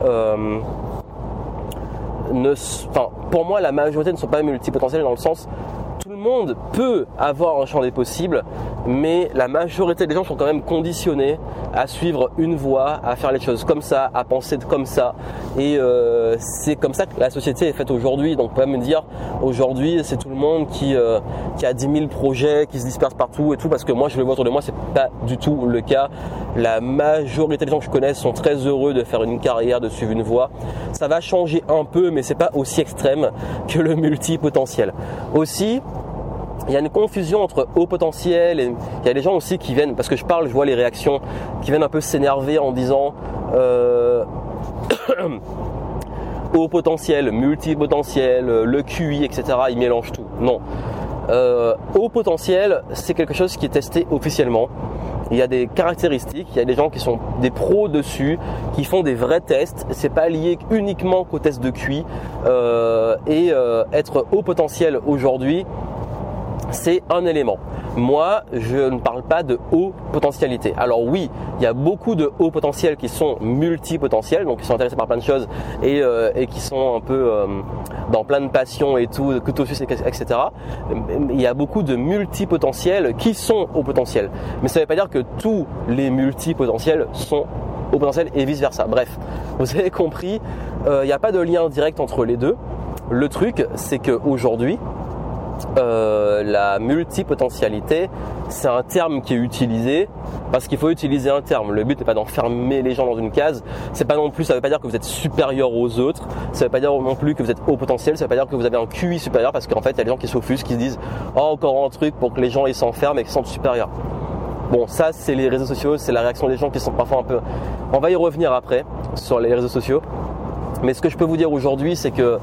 pour moi, la majorité ne sont pas multipotentiels dans le sens, tout le monde peut avoir un champ des possibles, mais la majorité des gens sont quand même conditionnés à suivre une voie, à faire les choses comme ça, à penser comme ça. Et c'est comme ça que la société est faite aujourd'hui. Donc, on peut me dire, aujourd'hui, c'est tout le monde qui a 10 000 projets, qui se dispersent partout et tout, parce que moi, je le vois autour de moi, c'est pas du tout le cas. La majorité des gens que je connais sont très heureux de faire une carrière, de suivre une voie. Ça va changer un peu, mais c'est pas aussi extrême que le multipotentiel. Aussi, il y a une confusion entre haut potentiel et il y a des gens aussi qui viennent, parce que je vois les réactions, qui viennent un peu s'énerver en disant haut potentiel, multipotentiel, le QI, etc. Ils mélangent tout. Non. Haut potentiel, c'est quelque chose qui est testé officiellement. Il y a des caractéristiques, il y a des gens qui sont des pros dessus, qui font des vrais tests. C'est pas lié uniquement qu'au test de QI. Être haut potentiel aujourd'hui, c'est un élément. Moi, je ne parle pas de haut potentialité. Alors oui, il y a beaucoup de hauts potentiels qui sont multipotentiels, donc qui sont intéressés par plein de choses et qui sont un peu dans plein de passions et tout, couteau suisse, etc. Il y a beaucoup de multipotentiels qui sont hauts potentiels. Mais ça ne veut pas dire que tous les multipotentiels sont hauts potentiels et vice versa. Bref, vous avez compris, il n'y a pas de lien direct entre les deux. Le truc, c'est qu'aujourd'hui, la multipotentialité, c'est un terme qui est utilisé parce qu'il faut utiliser un terme. Le but n'est pas d'enfermer les gens dans une case. C'est pas non plus, ça veut pas dire que vous êtes supérieur aux autres. Ça veut pas dire non plus que vous êtes haut potentiel. Ça veut pas dire que vous avez un QI supérieur parce qu'en fait, il y a des gens qui s'offusquent, qui se disent « Oh, encore un truc pour que les gens ils s'enferment et qu'ils se sentent supérieurs. » Bon, ça, c'est les réseaux sociaux, c'est la réaction des gens qui sont parfois un peu... On va y revenir après sur les réseaux sociaux. Mais ce que je peux vous dire aujourd'hui, c'est que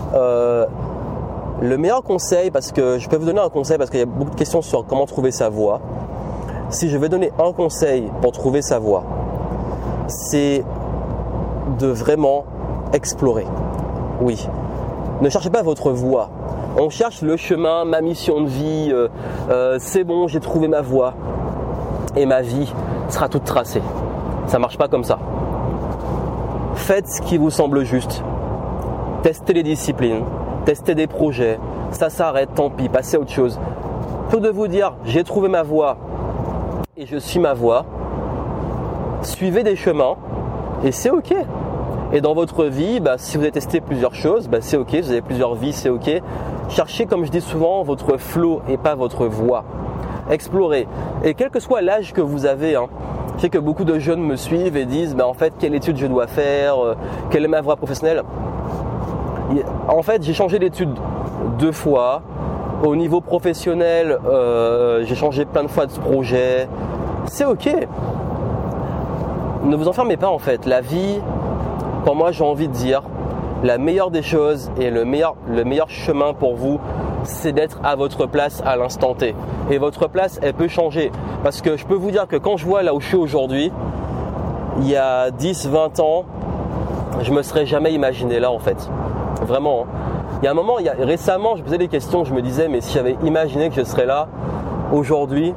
le meilleur conseil, parce que je peux vous donner un conseil parce qu'il y a beaucoup de questions sur comment trouver sa voie. Si je vais donner un conseil pour trouver sa voie, c'est de vraiment explorer. Oui, ne cherchez pas votre voie. On cherche le chemin, ma mission de vie, c'est bon, j'ai trouvé ma voie et ma vie sera toute tracée. Ça marche pas comme ça. Faites ce qui vous semble juste. Testez les disciplines. Tester des projets, ça s'arrête, tant pis, passez à autre chose. Plutôt de vous dire, j'ai trouvé ma voie et je suis ma voie, suivez des chemins et c'est ok. Et dans votre vie, si vous avez testé plusieurs choses, c'est ok, vous avez plusieurs vies, c'est ok. Cherchez, comme je dis souvent, votre flow et pas votre voie. Explorez. Et quel que soit l'âge que vous avez, Je sais que beaucoup de jeunes me suivent et disent en fait quelle étude je dois faire, quelle est ma voie professionnelle. En fait, j'ai changé d'études 2 fois. Au niveau professionnel, j'ai changé plein de fois de projet. C'est ok. Ne vous enfermez pas en fait. La vie, pour moi, j'ai envie de dire, la meilleure des choses et le meilleur chemin pour vous, c'est d'être à votre place à l'instant T. Et votre place, elle peut changer. Parce que je peux vous dire que quand je vois là où je suis aujourd'hui, il y a 10-20 ans, je me serais jamais imaginé là en fait. Vraiment. Il y a un moment, récemment, je me posais des questions, je me disais, mais si j'avais imaginé que je serais là aujourd'hui,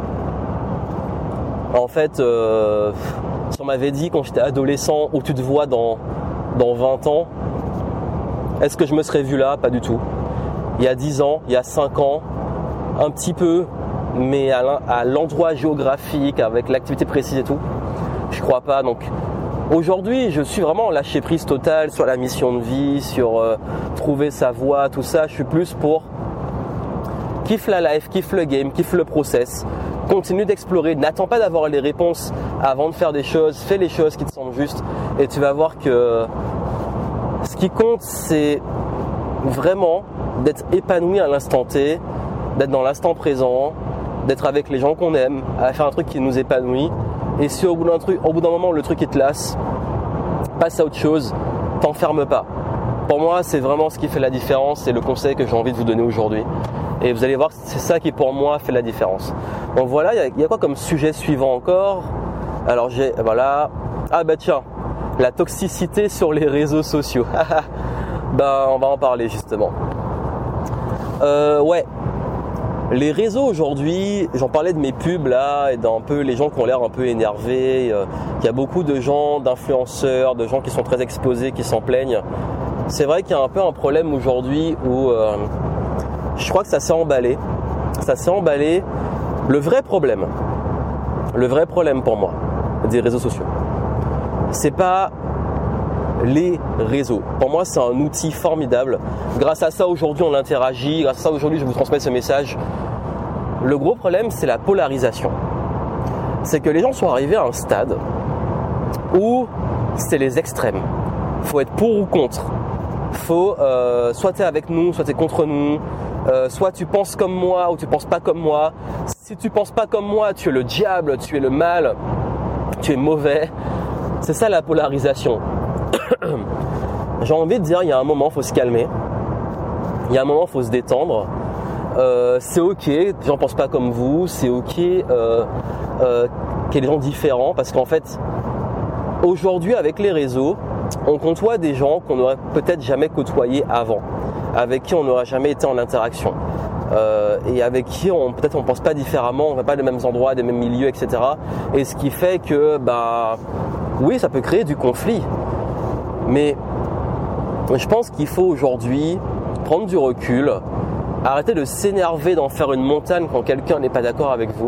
en fait, si on m'avait dit quand j'étais adolescent où tu te vois dans 20 ans, est-ce que je me serais vu là? Pas du tout. Il y a 10 ans, il y a 5 ans, un petit peu, mais à l'endroit géographique, avec l'activité précise et tout, je crois pas. Donc aujourd'hui, je suis vraiment en lâcher prise totale sur la mission de vie, sur trouver sa voie, tout ça. Je suis plus pour kiffe la life, kiffe le game, kiffe le process. Continue d'explorer, n'attends pas d'avoir les réponses avant de faire des choses, fais les choses qui te semblent justes et tu vas voir que ce qui compte, c'est vraiment d'être épanoui à l'instant T, d'être dans l'instant présent, d'être avec les gens qu'on aime, à faire un truc qui nous épanouit. Et si au bout d'un moment le truc il te lasse, passe à autre chose, t'enferme pas. Pour moi, c'est vraiment ce qui fait la différence, c'est le conseil que j'ai envie de vous donner aujourd'hui. Et vous allez voir, c'est ça qui pour moi fait la différence. Donc voilà, il y a quoi comme sujet suivant encore? Alors voilà. Ah bah tiens, la toxicité sur les réseaux sociaux. On va en parler justement. Ouais. Les réseaux aujourd'hui, j'en parlais de mes pubs là et d'un peu les gens qui ont l'air un peu énervés. Il y a beaucoup de gens, d'influenceurs, de gens qui sont très exposés, qui s'en plaignent. C'est vrai qu'il y a un peu un problème aujourd'hui où je crois que ça s'est emballé. Ça s'est emballé. Le vrai problème pour moi des réseaux sociaux, c'est pas les réseaux. Pour moi, c'est un outil formidable. Grâce à ça, aujourd'hui, on interagit. Grâce à ça, aujourd'hui, je vous transmets ce message. Le gros problème, c'est la polarisation. C'est que les gens sont arrivés à un stade où c'est les extrêmes. Il faut être pour ou contre. Faut soit tu es avec nous, soit tu es contre nous. Soit tu penses comme moi ou tu penses pas comme moi. Si tu penses pas comme moi, tu es le diable, tu es le mal, tu es mauvais. C'est ça la polarisation. J'ai envie de dire, il y a un moment, il faut se calmer. Il y a un moment, il faut se détendre. C'est ok, les gens ne pensent pas comme vous. C'est ok qu'il y ait des gens différents. Parce qu'en fait, aujourd'hui, avec les réseaux, on côtoie des gens qu'on n'aurait peut-être jamais côtoyés avant. Avec qui on n'aurait jamais été en interaction. Et avec qui peut-être on ne pense pas différemment, on ne va pas des mêmes endroits, des mêmes milieux, etc. Et ce qui fait que, oui, ça peut créer du conflit. Mais je pense qu'il faut aujourd'hui prendre du recul, arrêter de s'énerver d'en faire une montagne quand quelqu'un n'est pas d'accord avec vous.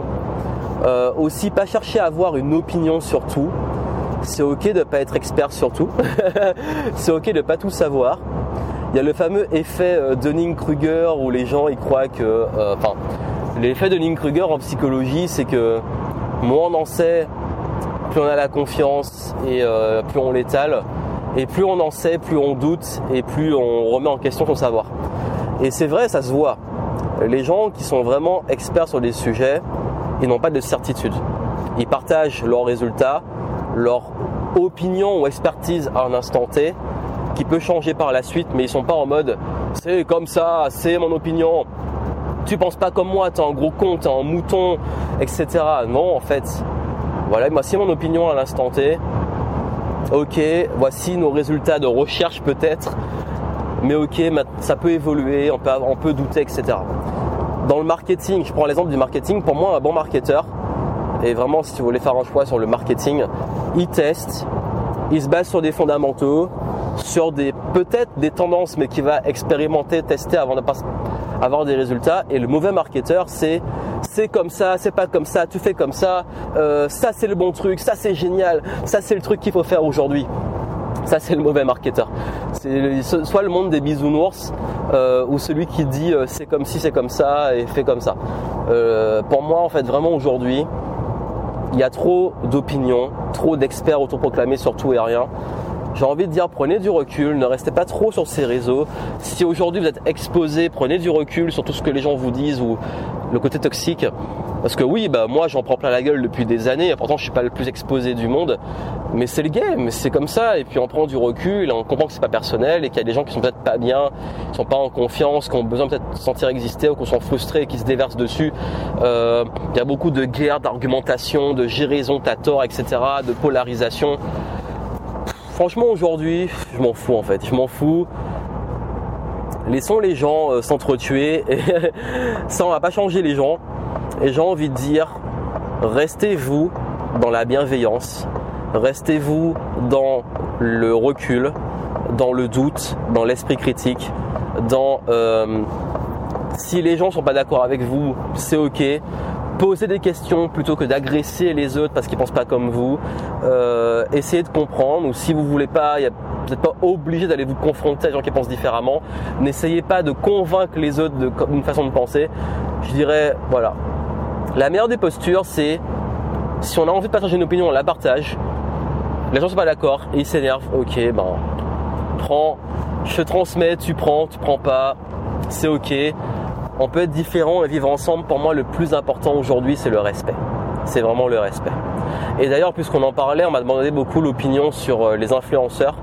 Aussi, pas chercher à avoir une opinion sur tout. C'est ok de ne pas être expert sur tout. C'est ok de ne pas tout savoir. Il y a le fameux effet Dunning-Kruger où les gens ils croient que... l'effet Dunning-Kruger en psychologie, c'est que moins on en sait, plus on a la confiance et plus on l'étale. Et plus on en sait, plus on doute et plus on remet en question son savoir. Et c'est vrai, ça se voit. Les gens qui sont vraiment experts sur des sujets, ils n'ont pas de certitude. Ils partagent leurs résultats, leur opinion ou expertise à un instant T, qui peut changer par la suite, mais ils sont pas en mode « c'est comme ça, c'est mon opinion, tu penses pas comme moi, t'es un gros con, t'es un mouton, etc. » Non, en fait, voilà, voici mon opinion à l'instant T. Ok, voici nos résultats de recherche peut-être, mais ok, ça peut évoluer, on peut douter, etc. Dans le marketing, je prends l'exemple du marketing, pour moi un bon marketeur, et vraiment si vous voulez faire un choix sur le marketing, il teste, il se base sur des fondamentaux, sur peut-être des tendances, mais qui va expérimenter, tester avant de pas avoir des résultats. Et le mauvais marketeur, c'est comme ça, c'est pas comme ça, tu fais comme ça, ça c'est le bon truc, ça c'est génial, ça c'est le truc qu'il faut faire aujourd'hui. Ça c'est le mauvais marketeur. C'est soit le monde des bisounours ou celui qui dit c'est comme si c'est comme ça et fait comme ça. Pour moi en fait vraiment aujourd'hui, il y a trop d'opinions, trop d'experts autoproclamés sur tout et rien. J'ai envie de dire, prenez du recul, ne restez pas trop sur ces réseaux. Si aujourd'hui vous êtes exposé, prenez du recul sur tout ce que les gens vous disent ou le côté toxique. Parce que oui, moi j'en prends plein la gueule depuis des années, et pourtant je suis pas le plus exposé du monde. Mais c'est le game, c'est comme ça. Et puis on prend du recul, et on comprend que c'est pas personnel et qu'il y a des gens qui sont peut-être pas bien, qui sont pas en confiance, qui ont besoin peut-être de se sentir exister ou qui sont frustrés et qui se déversent dessus. Il y a beaucoup de guerres, d'argumentation, de j'ai raison, t'as tort, etc., de polarisation. Franchement aujourd'hui, je m'en fous en fait, je m'en fous. Laissons les gens s'entretuer, et ça on va pas changer les gens. Et j'ai envie de dire, restez-vous dans la bienveillance, restez-vous dans le recul, dans le doute, dans l'esprit critique, dans si les gens sont pas d'accord avec vous, c'est ok. Posez des questions plutôt que d'agresser les autres parce qu'ils pensent pas comme vous. Essayez de comprendre, ou si vous voulez pas, vous n'êtes pas obligé d'aller vous confronter à des gens qui pensent différemment. N'essayez pas de convaincre les autres d'une façon de penser. Je dirais, voilà. La meilleure des postures, c'est si on a envie de partager une opinion, on la partage. Les gens sont pas d'accord et ils s'énervent. Ok, prends, je te transmets, tu prends pas, c'est ok. On peut être différent et vivre ensemble. Pour moi, le plus important aujourd'hui, c'est le respect. C'est vraiment le respect. Et d'ailleurs, puisqu'on en parlait, on m'a demandé beaucoup l'opinion sur les influenceurs.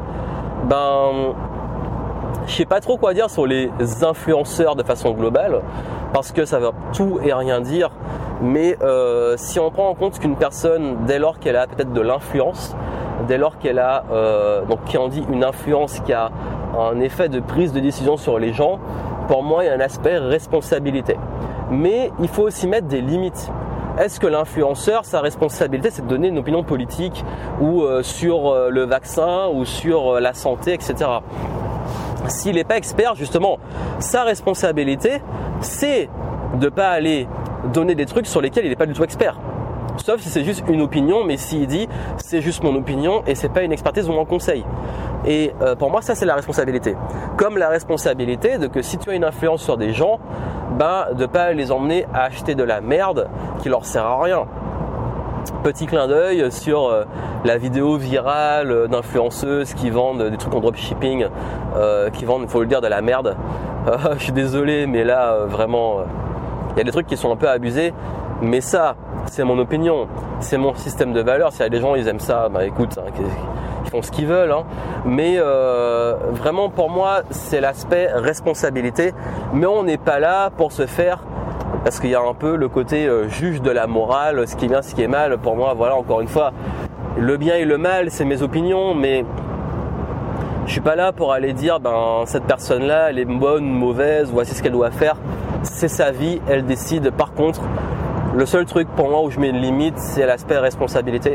Je sais pas trop quoi dire sur les influenceurs de façon globale, parce que ça veut tout et rien dire. Mais si on prend en compte qu'une personne, dès lors qu'elle a peut-être de l'influence, dès lors qu'elle a, donc qui en dit une influence qui a un effet de prise de décision sur les gens, pour moi, il y a un aspect responsabilité. Mais il faut aussi mettre des limites. Est-ce que l'influenceur, sa responsabilité, c'est de donner une opinion politique ou sur le vaccin ou sur la santé, etc. S'il n'est pas expert, justement, sa responsabilité, c'est de ne pas aller donner des trucs sur lesquels il n'est pas du tout expert. Sauf si c'est juste une opinion, mais s'il dit c'est juste mon opinion et c'est pas une expertise ou un conseil. Et pour moi, ça c'est la responsabilité. Comme la responsabilité de que si tu as une influence sur des gens, de pas les emmener à acheter de la merde qui leur sert à rien. Petit clin d'œil sur la vidéo virale d'influenceuses qui vendent des trucs en dropshipping, qui vendent, il faut le dire, de la merde. Je suis désolé, mais là vraiment, il y a des trucs qui sont un peu abusés. Mais ça, c'est mon opinion, c'est mon système de valeurs. S'il y a des gens, ils aiment ça, écoute, ils font ce qu'ils veulent. Mais vraiment, pour moi, c'est l'aspect responsabilité. Mais on n'est pas là pour se faire, parce qu'il y a un peu le côté juge de la morale, ce qui est bien, ce qui est mal. Pour moi, voilà, encore une fois, le bien et le mal, c'est mes opinions, mais je suis pas là pour aller dire, cette personne-là, elle est bonne, mauvaise, voici ce qu'elle doit faire. C'est sa vie, elle décide. Par contre, le seul truc pour moi où je mets une limite, c'est l'aspect responsabilité.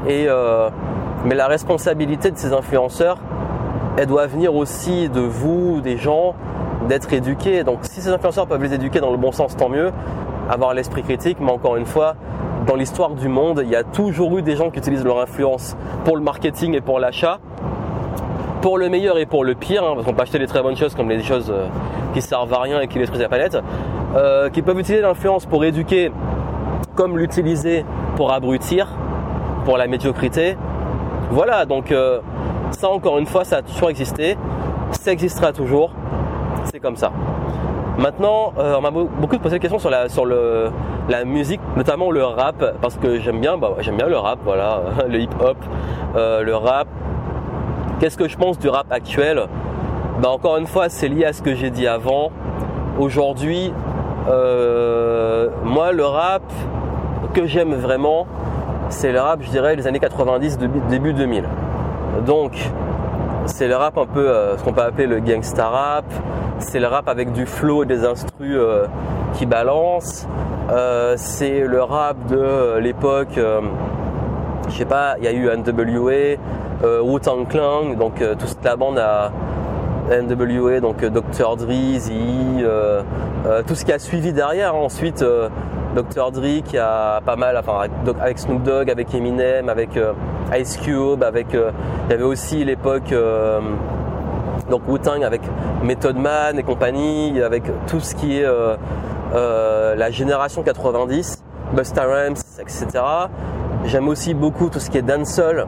Mais la responsabilité de ces influenceurs, elle doit venir aussi de vous, des gens, d'être éduqués. Donc si ces influenceurs peuvent les éduquer dans le bon sens, tant mieux. Avoir l'esprit critique, mais encore une fois, dans l'histoire du monde, il y a toujours eu des gens qui utilisent leur influence pour le marketing et pour l'achat, pour le meilleur et pour le pire, parce qu'on peut acheter des très bonnes choses comme des choses qui servent à rien et qui détruisent la planète, qui peuvent utiliser l'influence pour éduquer, comme l'utiliser pour abrutir, pour la médiocrité. Voilà, donc ça encore une fois, ça a toujours existé, ça existera toujours, c'est comme ça. Maintenant, on m'a beaucoup posé des questions sur la musique, notamment le rap, parce que j'aime bien le rap, voilà, le hip-hop, le rap. Qu'est-ce que je pense du rap actuel ? Encore une fois, c'est lié à ce que j'ai dit avant. Aujourd'hui, moi, le rap que j'aime vraiment, c'est le rap, je dirais, des années 90, début 2000. Donc, c'est le rap un peu, ce qu'on peut appeler le gangsta rap. C'est le rap avec du flow et des instrus qui balancent. C'est le rap de l'époque, je sais pas, il y a eu NWA, Wu-Tang Clan, donc toute la bande à NWA, donc Dr. Dre, Z, tout ce qui a suivi derrière. Ensuite, Dr. Dre qui a pas mal, avec Snoop Dogg, avec Eminem, avec Ice Cube, il y avait aussi l'époque donc Wu-Tang avec Method Man et compagnie, avec tout ce qui est la génération 90, Busta Rhymes, etc. J'aime aussi beaucoup tout ce qui est dancehall,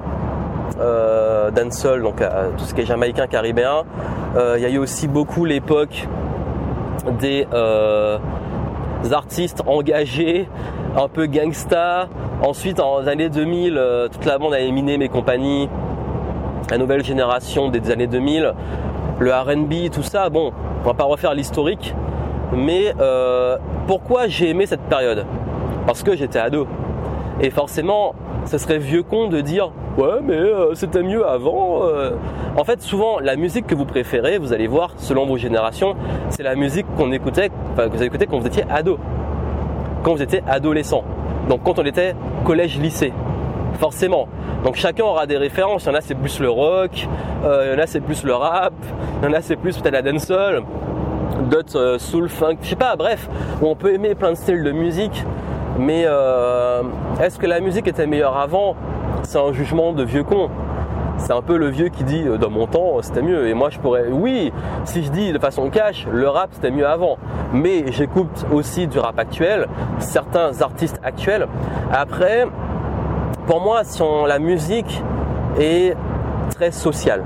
donc tout ce qui est jamaïcain, caribéen. Il y a eu aussi beaucoup l'époque des artistes engagés, un peu gangsta. Ensuite, en années 2000, toute la bande a Eminem et compagnie, la nouvelle génération des années 2000, le R&B, tout ça. Bon, on va pas refaire l'historique, mais pourquoi j'ai aimé cette période ? Parce que j'étais ado. Et forcément, ce serait vieux con de dire « Ouais, mais c'était mieux avant. » En fait, souvent, la musique que vous préférez, vous allez voir, selon vos générations, c'est la musique que vous écoutez quand vous étiez ado, quand vous étiez adolescent. Donc, quand on était collège-lycée, forcément. Donc, chacun aura des références. Il y en a, c'est plus le rock, il y en a, c'est plus le rap, il y en a, c'est plus peut-être la dancehall, d'autres soul, funk, je sais pas, bref. On peut aimer plein de styles de musique. Mais est-ce que la musique était meilleure avant ? C'est un jugement de vieux con. C'est un peu le vieux qui dit dans mon temps c'était mieux. Et moi je pourrais, oui, si je dis de façon cash, le rap c'était mieux avant. Mais j'écoute aussi du rap actuel, certains artistes actuels. Après, pour moi, la musique est très sociale.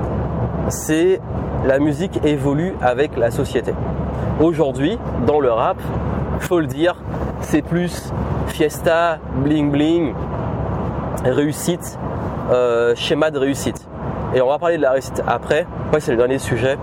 La musique évolue avec la société. Aujourd'hui, dans le rap, faut le dire, c'est plus fiesta, bling bling, réussite, schéma de réussite. Et on va parler de la réussite après. Ouais, c'est le dernier sujet.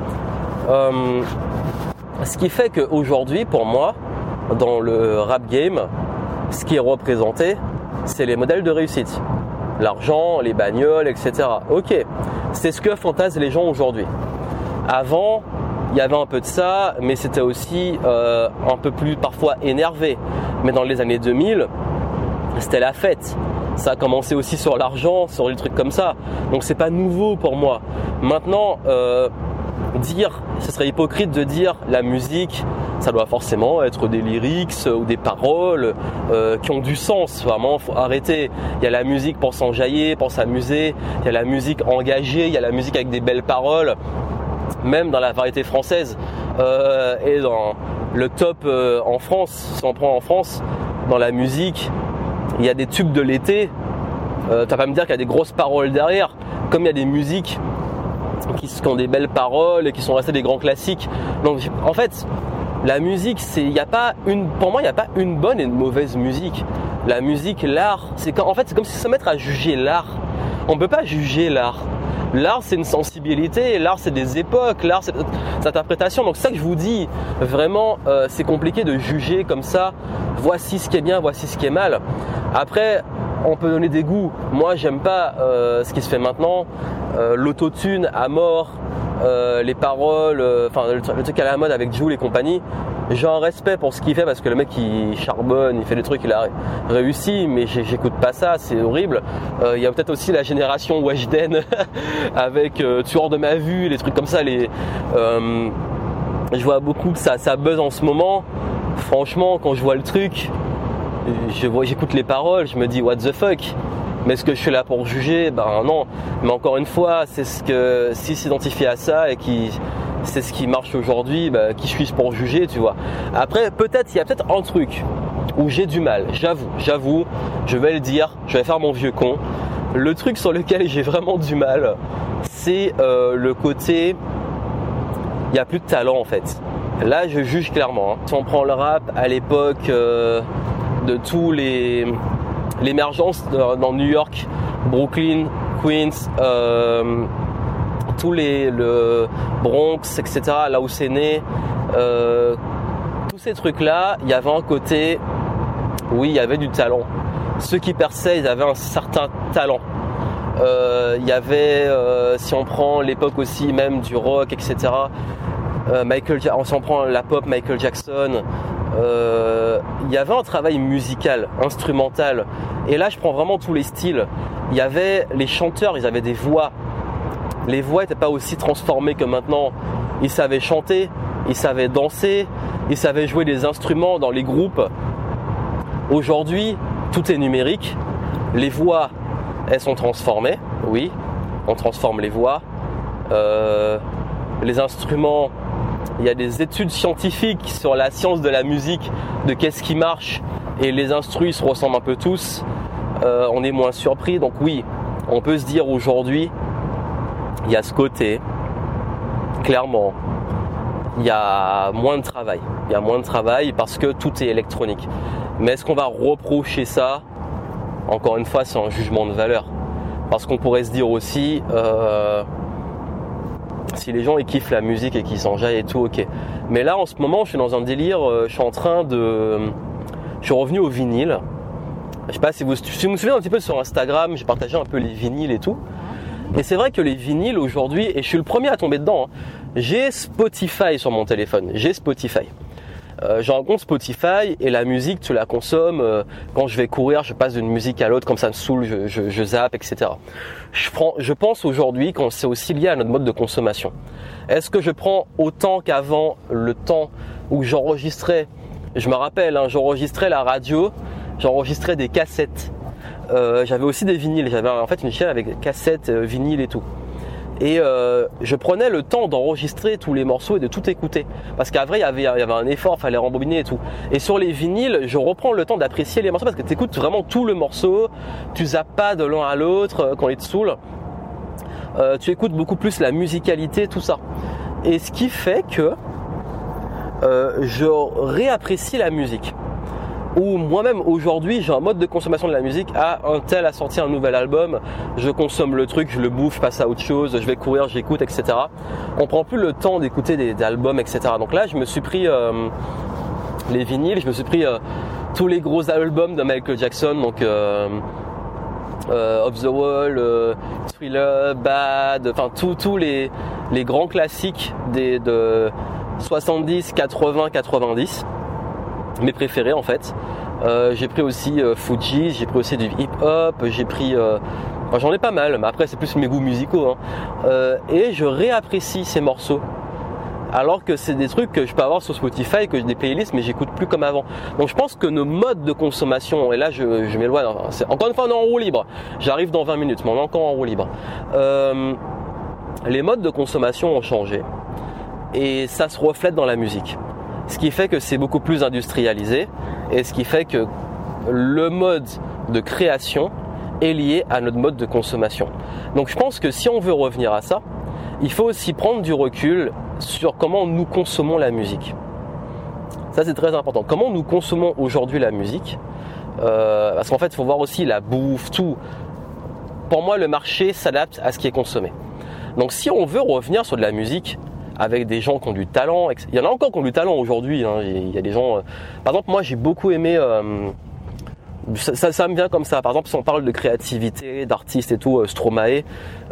Ce qui fait qu'aujourd'hui, pour moi, dans le rap game, ce qui est représenté, c'est les modèles de réussite. L'argent, les bagnoles, etc. Ok, c'est ce que fantasment les gens aujourd'hui. Avant, il y avait un peu de ça, mais c'était aussi un peu plus parfois énervé. Mais dans les années 2000, c'était la fête. Ça a commencé aussi sur l'argent, sur des trucs comme ça. Donc c'est pas nouveau pour moi. Maintenant, ce serait hypocrite de dire la musique, ça doit forcément être des lyrics ou des paroles qui ont du sens. Vraiment, faut arrêter. Il y a la musique pour s'enjailler, pour s'amuser. Il y a la musique engagée, il y a la musique avec des belles paroles. Même dans la variété française et dans le top en France, si on prend en France, dans la musique, il y a des tubes de l'été. Tu vas pas me dire qu'il y a des grosses paroles derrière, comme il y a des musiques qui ont des belles paroles et qui sont restées des grands classiques. Donc en fait, la musique, pour moi, il n'y a pas une bonne et une mauvaise musique. La musique, l'art, c'est comme si se mettre à juger l'art. On ne peut pas juger l'art. L'art, c'est une sensibilité, l'art, c'est des époques, l'art, c'est interprétation. Donc c'est ça que je vous dis, vraiment, c'est compliqué de juger comme ça. Voici ce qui est bien, voici ce qui est mal. Après, on peut donner des goûts. Moi, j'aime pas ce qui se fait maintenant, l'autotune à mort, les paroles, le truc à la mode avec Jul et compagnie. J'ai un respect pour ce qu'il fait parce que le mec il charbonne, il fait des trucs, il a réussi, mais j'écoute pas ça, c'est horrible. Il y a peut-être aussi la génération Weshden avec Tueur de ma vue, les trucs comme ça. Je vois beaucoup que ça buzz en ce moment. Franchement, quand je vois le truc, j'écoute les paroles, je me dis what the fuck. Mais est-ce que je suis là pour juger ? Ben non. Mais encore une fois, c'est s'il s'identifie à ça et c'est ce qui marche aujourd'hui, qui suis-je pour juger, tu vois. Après, il y a peut-être un truc où j'ai du mal, j'avoue, je vais le dire, je vais faire mon vieux con. Le truc sur lequel j'ai vraiment du mal, c'est le côté, il n'y a plus de talent en fait. Là, je juge clairement. Si on prend le rap à l'époque de tous l'émergence dans New York, Brooklyn, Queens, le Bronx, etc., là où c'est né, tous ces trucs-là, il y avait un côté, oui, il y avait du talent. Ceux qui perçaient, ils avaient un certain talent. Il y avait, si on prend l'époque aussi même du rock, etc., si on prend la pop, Michael Jackson, il y avait un travail musical, instrumental. Et là, je prends vraiment tous les styles. Il y avait les chanteurs, ils avaient des voix. Les voix n'étaient pas aussi transformées que maintenant. Ils savaient chanter, ils savaient danser, ils savaient jouer des instruments dans les groupes. Aujourd'hui, tout est numérique. Les voix, elles sont transformées. Oui, on transforme les voix. Les instruments, il y a des études scientifiques sur la science de la musique, de qu'est-ce qui marche. Et les instrus se ressemblent un peu tous. on est moins surpris. Donc oui, on peut se dire aujourd'hui, il y a ce côté, clairement, il y a moins de travail. Il y a moins de travail parce que tout est électronique. Mais est-ce qu'on va reprocher ça? Encore une fois, c'est un jugement de valeur. Parce qu'on pourrait se dire aussi, si les gens ils kiffent la musique et qu'ils s'enjaillent et tout, ok. Mais là, en ce moment, je suis dans un délire, je suis revenu au vinyle. Je sais pas si vous vous souvenez un petit peu sur Instagram, j'ai partagé un peu les vinyles et tout. Et c'est vrai que les vinyles aujourd'hui, et je suis le premier à tomber dedans, hein, j'ai Spotify sur mon téléphone, j'ai Spotify. J'ai un compte Spotify et la musique, tu la consommes. Quand je vais courir, je passe d'une musique à l'autre, comme ça me saoule, je zappe, etc. Je pense aujourd'hui que c'est aussi lié à notre mode de consommation. Est-ce que je prends autant qu'avant le temps où j'enregistrais? Je me rappelle, hein, j'enregistrais la radio, j'enregistrais des cassettes. J'avais aussi des vinyles. J'avais en fait une chaîne avec cassettes, vinyles et tout. Et je prenais le temps d'enregistrer tous les morceaux et de tout écouter. Parce qu'à vrai, il y avait un effort, il fallait rembobiner et tout. Et sur les vinyles, je reprends le temps d'apprécier les morceaux parce que tu écoutes vraiment tout le morceau. Tu zappes pas de l'un à l'autre quand il te saoule. Tu écoutes beaucoup plus la musicalité, tout ça. Et ce qui fait que je réapprécie la musique. Ou moi-même aujourd'hui j'ai un mode de consommation de la musique. Un tel a sorti un nouvel album, je consomme le truc, je le bouffe, je passe à autre chose, je vais courir, j'écoute, etc. On prend plus le temps d'écouter des albums, etc. Donc là je me suis pris les vinyles, je me suis pris tous les gros albums de Michael Jackson, donc Off the Wall, Thriller, Bad, enfin tous les grands classiques de 70, 80, 90. Mes préférés en fait. J'ai pris aussi Fugees, j'ai pris aussi du hip-hop, j'ai pris... j'en ai pas mal, mais après c'est plus mes goûts musicaux. Hein. Et je réapprécie ces morceaux. Alors que c'est des trucs que je peux avoir sur Spotify, que j'ai des playlists, mais j'écoute plus comme avant. Donc je pense que nos modes de consommation, et là je m'éloigne, encore une fois on est en roue libre. J'arrive dans 20 minutes, mais on est encore en roue libre. Les modes de consommation ont changé. Et ça se reflète dans la musique. Ce qui fait que c'est beaucoup plus industrialisé et ce qui fait que le mode de création est lié à notre mode de consommation. Donc je pense que si on veut revenir à ça, il faut aussi prendre du recul sur comment nous consommons la musique. Ça c'est très important. Comment nous consommons aujourd'hui la musique, parce qu'en fait il faut voir aussi la bouffe, tout. Pour moi le marché s'adapte à ce qui est consommé. Donc si on veut revenir sur de la musique avec des gens qui ont du talent. Il y en a encore qui ont du talent aujourd'hui. Hein. Il y a des gens... Par exemple, moi, j'ai beaucoup aimé... Ça me vient comme ça. Par exemple, si on parle de créativité, d'artistes et tout, Stromae,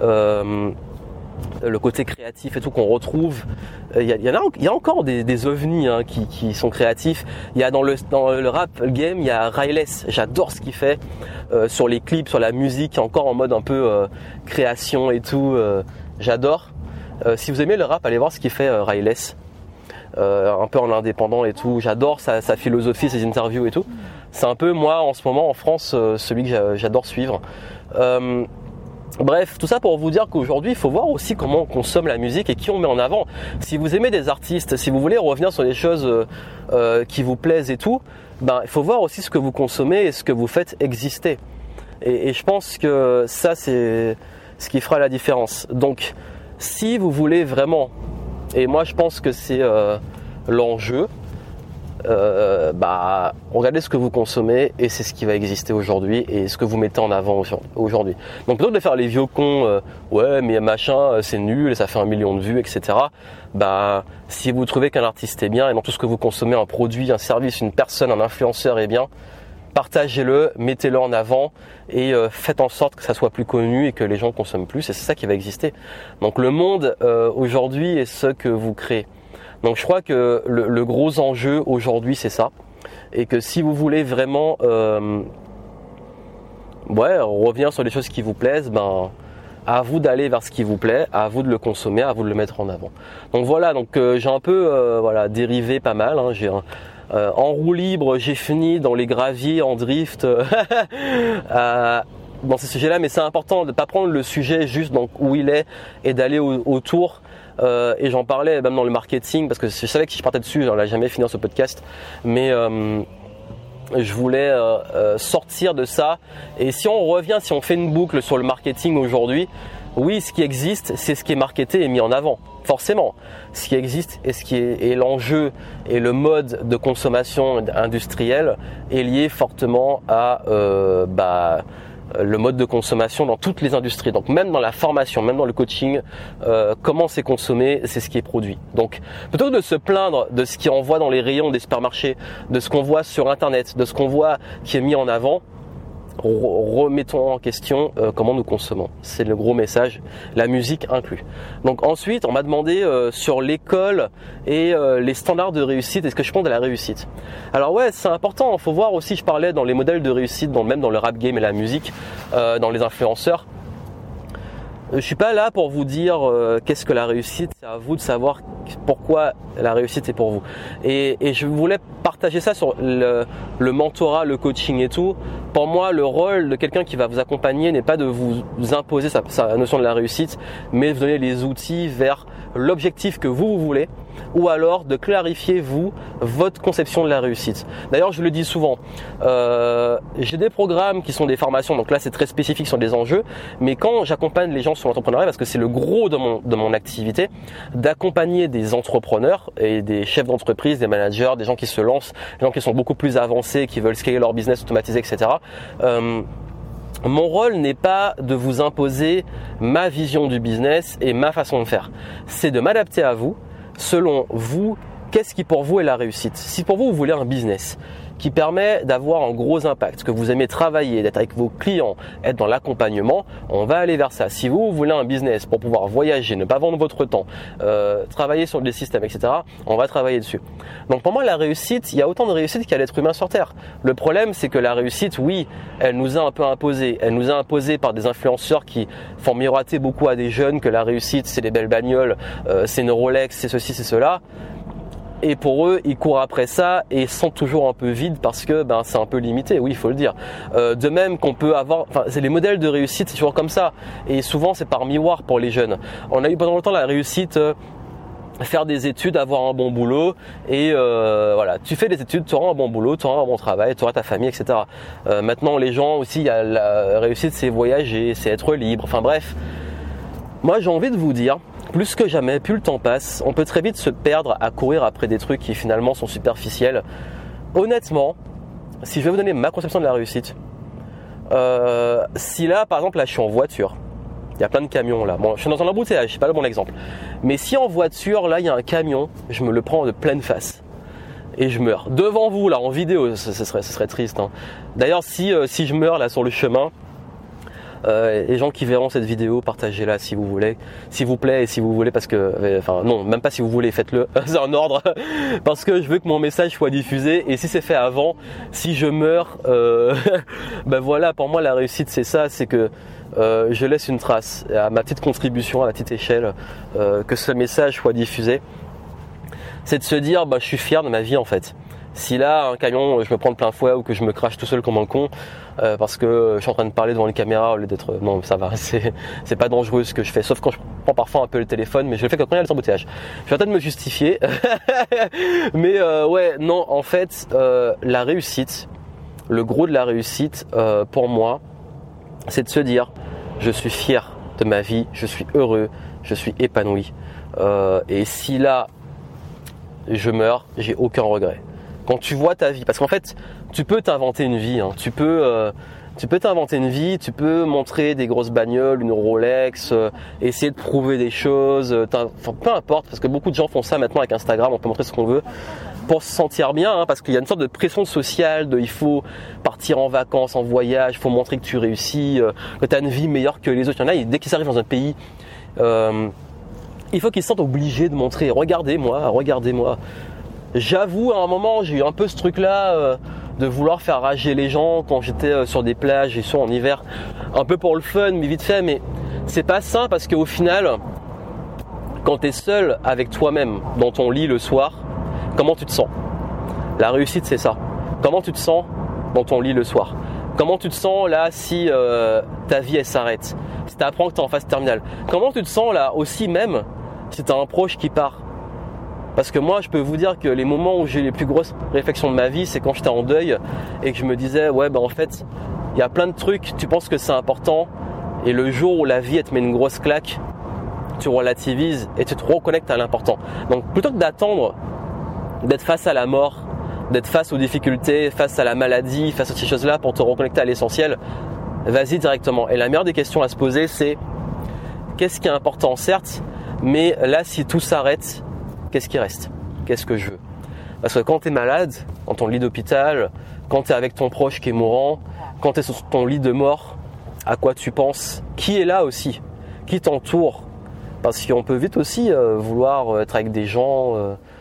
le côté créatif et tout qu'on retrouve. Il y a encore des ovnis hein, qui sont créatifs. Il y a dans le rap game, il y a Ryless. J'adore ce qu'il fait sur les clips, sur la musique, encore en mode un peu création et tout. J'adore. Si vous aimez le rap, allez voir ce qu'il fait Ryless, un peu en indépendant et tout. J'adore sa philosophie, ses interviews et tout. C'est un peu moi en ce moment en France celui que j'adore suivre. Bref, tout ça pour vous dire qu'aujourd'hui il faut voir aussi comment on consomme la musique et qui on met en avant. Si vous aimez des artistes, si vous voulez revenir sur des choses qui vous plaisent et tout, ben il faut voir aussi ce que vous consommez et ce que vous faites exister. Et je pense que ça c'est ce qui fera la différence. Donc si vous voulez vraiment, et moi je pense que c'est l'enjeu, regardez ce que vous consommez et c'est ce qui va exister aujourd'hui et ce que vous mettez en avant aujourd'hui. Donc plutôt que de faire les vieux cons, ouais mais machin c'est nul et ça fait 1 million de vues, etc. Si vous trouvez qu'un artiste est bien et dans tout ce que vous consommez, un produit, un service, une personne, un influenceur est bien, partagez-le, mettez-le en avant et faites en sorte que ça soit plus connu et que les gens consomment plus et c'est ça qui va exister. Donc le monde aujourd'hui est ce que vous créez. Donc je crois que le gros enjeu aujourd'hui c'est ça et que si vous voulez vraiment revenir sur les choses qui vous plaisent, à vous d'aller vers ce qui vous plaît, à vous de le consommer, à vous de le mettre en avant. Donc voilà, donc j'ai un peu dérivé pas mal, hein, j'ai en roue libre, j'ai fini dans les graviers, en drift, dans ces sujets-là, mais c'est important de ne pas prendre le sujet juste donc, où il est et d'aller autour. Et j'en parlais même dans le marketing, parce que je savais que si je partais dessus, j'allais jamais finir ce podcast, mais je voulais sortir de ça. Et si on fait une boucle sur le marketing aujourd'hui, oui, ce qui existe, c'est ce qui est marketé et mis en avant. Forcément, ce qui existe et ce qui est l'enjeu et le mode de consommation industrielle est lié fortement à le mode de consommation dans toutes les industries. Donc même dans la formation, même dans le coaching, comment c'est consommé, c'est ce qui est produit. Donc plutôt que de se plaindre de ce qu'on voit dans les rayons des supermarchés, de ce qu'on voit sur Internet, de ce qu'on voit qui est mis en avant, remettons en question comment nous consommons. C'est le gros message, la musique inclus. Donc ensuite, on m'a demandé sur l'école et les standards de réussite, est-ce que je pense de la réussite? Alors ouais, c'est important, il faut voir aussi, je parlais dans les modèles de réussite, même dans le rap game et la musique, dans les influenceurs. Je suis pas là pour vous dire qu'est-ce que la réussite, c'est à vous de savoir pourquoi la réussite est pour vous. Et je voulais partager ça sur le mentorat, le coaching et tout. Pour moi, le rôle de quelqu'un qui va vous accompagner n'est pas de vous imposer sa notion de la réussite, mais de vous donner les outils vers l'objectif que vous voulez, ou alors de clarifier votre conception de la réussite. D'ailleurs, je le dis souvent, j'ai des programmes qui sont des formations, donc là c'est très spécifique sur des enjeux, mais quand j'accompagne les gens sur l'entrepreneuriat, parce que c'est le gros de mon activité, d'accompagner des entrepreneurs et des chefs d'entreprise, des managers, des gens qui se lancent, des gens qui sont beaucoup plus avancés, qui veulent scaler leur business, automatiser, etc. Mon rôle n'est pas de vous imposer ma vision du business et ma façon de faire. C'est de m'adapter à vous, selon vous, qu'est-ce qui pour vous est la réussite. Si pour vous, vous voulez un business qui permet d'avoir un gros impact, que vous aimez travailler, d'être avec vos clients, être dans l'accompagnement, on va aller vers ça. Si vous voulez un business pour pouvoir voyager, ne pas vendre votre temps, travailler sur des systèmes, etc., on va travailler dessus. Donc pour moi, la réussite, il y a autant de réussite qu'il y a d'êtres humains sur Terre. Le problème, c'est que la réussite, oui, elle nous a un peu imposé. Elle nous a imposé par des influenceurs qui font miroiter beaucoup à des jeunes que la réussite, c'est des belles bagnoles, c'est une Rolex, c'est ceci, c'est cela. Et pour eux, ils courent après ça et sont toujours un peu vides parce que c'est un peu limité, oui, il faut le dire. De même qu'on peut avoir, c'est les modèles de réussite, c'est toujours comme ça. Et souvent, c'est par miroir pour les jeunes. On a eu pendant longtemps la réussite, faire des études, avoir un bon boulot et voilà, tu fais des études, tu auras un bon boulot, tu auras un bon travail, tu auras ta famille, etc. Maintenant, les gens aussi, la réussite, c'est voyager, c'est être libre. Enfin bref, moi, j'ai envie de vous dire. Plus que jamais, plus le temps passe, on peut très vite se perdre à courir après des trucs qui finalement sont superficiels. Honnêtement, si je vais vous donner ma conception de la réussite, si là, par exemple, je suis en voiture, il y a plein de camions là. Bon, je suis dans un embouteillage, c'est pas le bon exemple. Mais si en voiture, là, il y a un camion, je me le prends de pleine face. Et je meurs. Devant vous, là, en vidéo, ce serait triste. Hein. D'ailleurs, si je meurs là sur le chemin, les gens qui verront cette vidéo, partagez-la si vous voulez, s'il vous plaît, et si vous voulez, parce que, non, même pas si vous voulez, faites-le, c'est un ordre, parce que je veux que mon message soit diffusé, et si c'est fait avant, si je meurs, voilà, pour moi la réussite c'est ça, c'est que je laisse une trace, à ma petite contribution, à ma petite échelle, que ce message soit diffusé, c'est de se dire, je suis fier de ma vie en fait. Si là, un camion, je me prends de plein fouet ou que je me crache tout seul comme un con parce que je suis en train de parler devant une caméra au lieu d'être... Non, ça va, c'est pas dangereux ce que je fais, sauf quand je prends parfois un peu le téléphone, mais je le fais quand il y a les embouteillages. Je vais peut-être me justifier, mais ouais, non, en fait, la réussite, le gros de la réussite, pour moi, c'est de se dire, je suis fier de ma vie, je suis heureux, je suis épanoui. Et si là, je meurs, j'ai aucun regret. Quand tu vois ta vie, parce qu'en fait, tu peux t'inventer une vie, hein. Tu peux t'inventer une vie, tu peux montrer des grosses bagnoles, une Rolex, essayer de prouver des choses, peu importe, parce que beaucoup de gens font ça maintenant avec Instagram, on peut montrer ce qu'on veut pour se sentir bien, hein, parce qu'il y a une sorte de pression sociale, il faut partir en vacances, en voyage, il faut montrer que tu réussis, que tu as une vie meilleure que les autres. Il y en a, dès qu'ils arrivent dans un pays, il faut qu'ils se sentent obligés de montrer, regardez-moi. J'avoue, à un moment, j'ai eu un peu ce truc-là de vouloir faire rager les gens quand j'étais sur des plages et en hiver, un peu pour le fun, mais vite fait. Mais c'est pas sain parce qu'au final, quand tu es seul avec toi-même dans ton lit le soir, comment tu te sens? La réussite, c'est ça. Comment tu te sens dans ton lit le soir? Comment tu te sens là si ta vie elle s'arrête? Si tu apprends que tu es en phase terminale? Comment tu te sens là aussi même si tu as un proche qui part? Parce que moi, je peux vous dire que les moments où j'ai les plus grosses réflexions de ma vie, c'est quand j'étais en deuil et que je me disais, ouais, en fait, il y a plein de trucs, tu penses que c'est important, et le jour où la vie, elle te met une grosse claque, tu relativises et tu te reconnectes à l'important. Donc, plutôt que d'attendre d'être face à la mort, d'être face aux difficultés, face à la maladie, face à ces choses-là pour te reconnecter à l'essentiel, vas-y directement. Et la meilleure des questions à se poser, c'est qu'est-ce qui est important, certes, mais là, si tout s'arrête, qu'est-ce qui reste? Qu'est-ce que je veux? Parce que quand tu es malade, dans ton lit d'hôpital, quand tu es avec ton proche qui est mourant, quand tu es sur ton lit de mort, à quoi tu penses? Qui est là aussi? Qui t'entoure? Parce qu'on peut vite aussi vouloir être avec des gens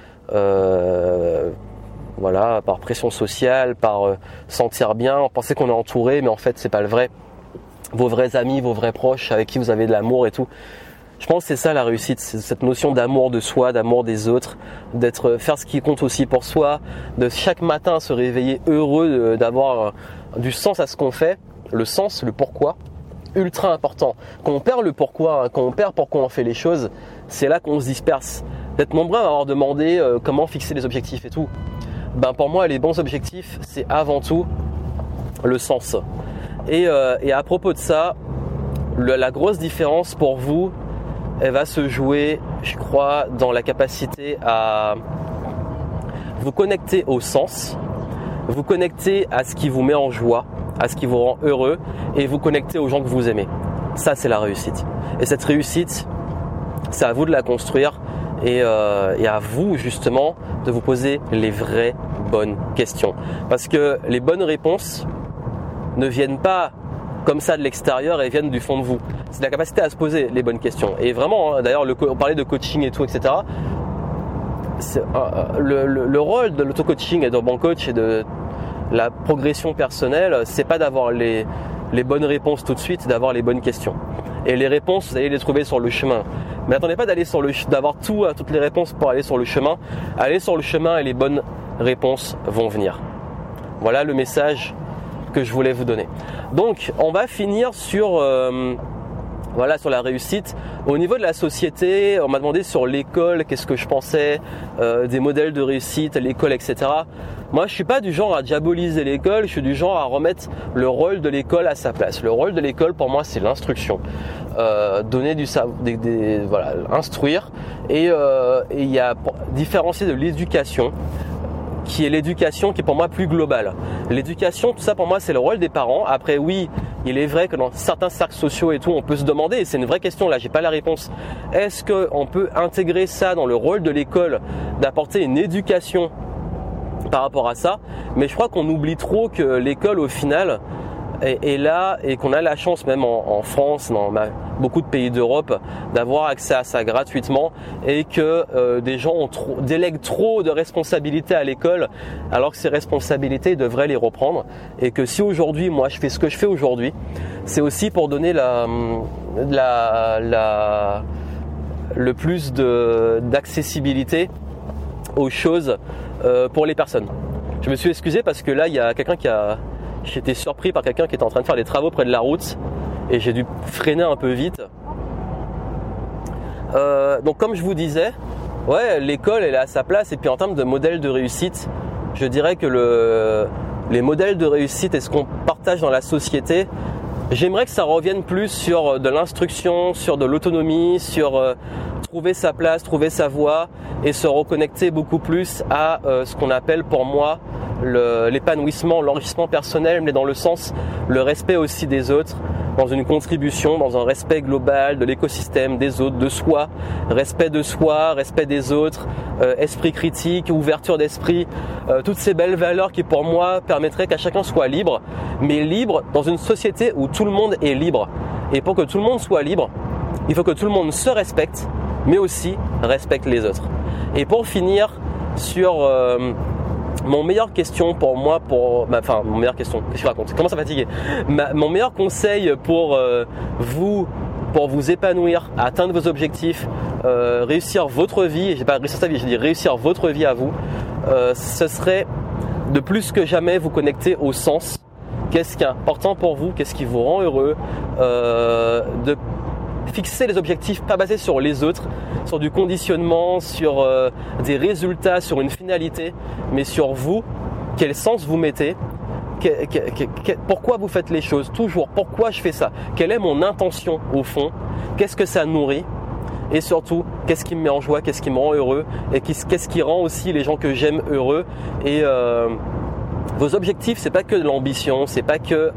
voilà, par pression sociale, par sentir bien, penser qu'on est entouré, mais en fait c'est pas le vrai. Vos vrais amis, vos vrais proches avec qui vous avez de l'amour et tout. Je pense que c'est ça la réussite, c'est cette notion d'amour de soi, d'amour des autres, faire ce qui compte aussi pour soi, de chaque matin se réveiller heureux, d'avoir du sens à ce qu'on fait, le sens, le pourquoi, ultra important. Quand on perd le pourquoi, quand on perd pourquoi on fait les choses, c'est là qu'on se disperse. D'être nombreux à avoir demandé comment fixer les objectifs et tout. Pour moi, les bons objectifs, c'est avant tout le sens. Et à propos de ça, la grosse différence pour vous, elle va se jouer, je crois, dans la capacité à vous connecter au sens, vous connecter à ce qui vous met en joie, à ce qui vous rend heureux et vous connecter aux gens que vous aimez. Ça, c'est la réussite. Et cette réussite, c'est à vous de la construire et à vous, justement, de vous poser les vraies bonnes questions. Parce que les bonnes réponses ne viennent pas comme ça de l'extérieur et viennent du fond de vous. C'est la capacité à se poser les bonnes questions. Et vraiment, d'ailleurs, on parlait de coaching et tout, etc. Le rôle de l'auto-coaching et d'un bon coach et de la progression personnelle, c'est pas d'avoir les bonnes réponses tout de suite, c'est d'avoir les bonnes questions. Et les réponses, vous allez les trouver sur le chemin. Mais n'attendez pas d'avoir toutes les réponses pour aller sur le chemin. Allez sur le chemin et les bonnes réponses vont venir. Voilà le message que je voulais vous donner. Donc, on va finir sur la réussite. Au niveau de la société, on m'a demandé sur l'école, qu'est-ce que je pensais, des modèles de réussite, l'école, etc. Moi, je suis pas du genre à diaboliser l'école, je suis du genre à remettre le rôle de l'école à sa place. Le rôle de l'école, pour moi, c'est l'instruction. Donner du savoir, instruire. Et il y a différencier de l'éducation, qui est l'éducation qui est pour moi plus globale. L'éducation, tout ça pour moi c'est le rôle des parents. Après oui, il est vrai que dans certains cercles sociaux et tout, on peut se demander, et c'est une vraie question, là j'ai pas la réponse, est-ce qu'on peut intégrer ça dans le rôle de l'école, d'apporter une éducation par rapport à ça? Mais je crois qu'on oublie trop que l'école au final est là et qu'on a la chance même en France, dans beaucoup de pays d'Europe, d'avoir accès à ça gratuitement et que des gens délèguent trop de responsabilités à l'école alors que ces responsabilités devraient les reprendre et que si aujourd'hui moi je fais ce que je fais aujourd'hui, c'est aussi pour donner le plus d'accessibilité aux choses pour les personnes. Je me suis excusé parce que là il y a quelqu'un J'étais surpris par quelqu'un qui était en train de faire des travaux près de la route et j'ai dû freiner un peu vite. Donc comme je vous disais, ouais, l'école elle est à sa place et puis en termes de modèle de réussite, je dirais que les modèles de réussite et ce qu'on partage dans la société, j'aimerais que ça revienne plus sur de l'instruction, sur de l'autonomie, sur trouver sa place, trouver sa voie et se reconnecter beaucoup plus à ce qu'on appelle pour moi l'épanouissement, l'enrichissement personnel, mais dans le sens, le respect aussi des autres, dans une contribution, dans un respect global de l'écosystème, des autres, de soi, respect des autres, esprit critique, ouverture d'esprit, toutes ces belles valeurs qui pour moi permettraient qu'à chacun soit libre, mais libre dans une société où tout le monde est libre. Et pour que tout le monde soit libre, il faut que tout le monde se respecte, mais aussi respecte les autres. Et pour finir sur mon meilleure question pour moi, mon meilleure question, qu'est-ce que je raconte ? Comment ça fatiguer ? Mon meilleur conseil pour vous épanouir, atteindre vos objectifs, réussir votre vie, j'ai pas réussir sa vie, j'ai dit réussir votre vie à vous, ce serait de plus que jamais vous connecter au sens. Qu'est-ce qui est important pour vous ? Qu'est-ce qui vous rend heureux ? De fixer les objectifs pas basés sur les autres, sur du conditionnement, sur des résultats, sur une finalité, mais sur vous, quel sens vous mettez, pourquoi vous faites les choses, toujours, pourquoi je fais ça, quelle est mon intention au fond, qu'est-ce que ça nourrit, et surtout, qu'est-ce qui me met en joie, qu'est-ce qui me rend heureux, et qu'est-ce qui rend aussi les gens que j'aime heureux. Et vos objectifs, c'est pas que de l'ambition, c'est pas que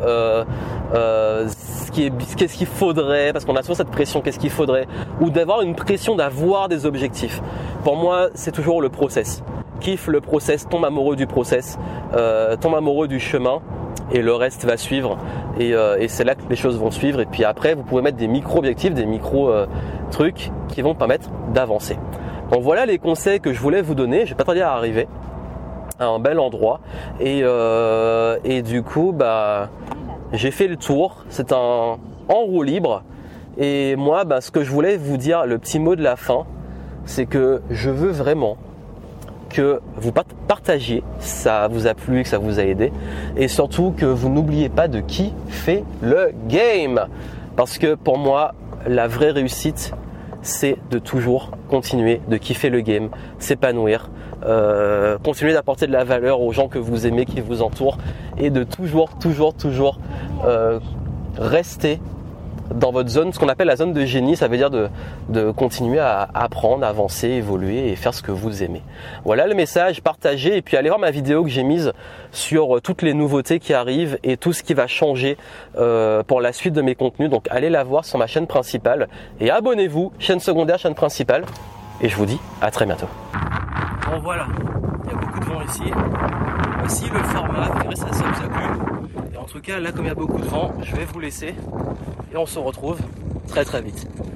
qu'est-ce qu'il faudrait, parce qu'on a souvent cette pression, qu'est-ce qu'il faudrait, ou d'avoir une pression d'avoir des objectifs. Pour moi, c'est toujours le process. Kiffe le process, tombe amoureux du process, tombe amoureux du chemin, et le reste va suivre. Et c'est là que les choses vont suivre. Et puis après, vous pouvez mettre des micro-objectifs, des micro-trucs qui vont permettre d'avancer. Donc voilà les conseils que je voulais vous donner. Je vais pas tarder à arriver à un bel endroit. Et du coup, j'ai fait le tour. C'est en roue libre. Et moi, ce que je voulais vous dire, le petit mot de la fin, c'est que je veux vraiment que vous partagiez, ça vous a plu, que ça vous a aidé, et surtout que vous n'oubliez pas de qui fait le game. Parce que pour moi, la vraie réussite, c'est de toujours continuer de kiffer le game, s'épanouir, continuer d'apporter de la valeur aux gens que vous aimez, qui vous entourent, et de toujours rester dans votre zone, ce qu'on appelle la zone de génie. Ça veut dire de continuer à apprendre, à avancer, évoluer et faire ce que vous aimez. Voilà le message, partagez, et puis allez voir ma vidéo que j'ai mise sur toutes les nouveautés qui arrivent et tout ce qui va changer pour la suite de mes contenus. Donc allez la voir sur ma chaîne principale et abonnez-vous, chaîne secondaire, chaîne principale, et je vous dis à très bientôt. Bon voilà, il y a beaucoup de vent ici. Voici le format, ça vous a plu. Et en tout cas, là comme il y a beaucoup de vent, je vais vous laisser et on se retrouve très vite.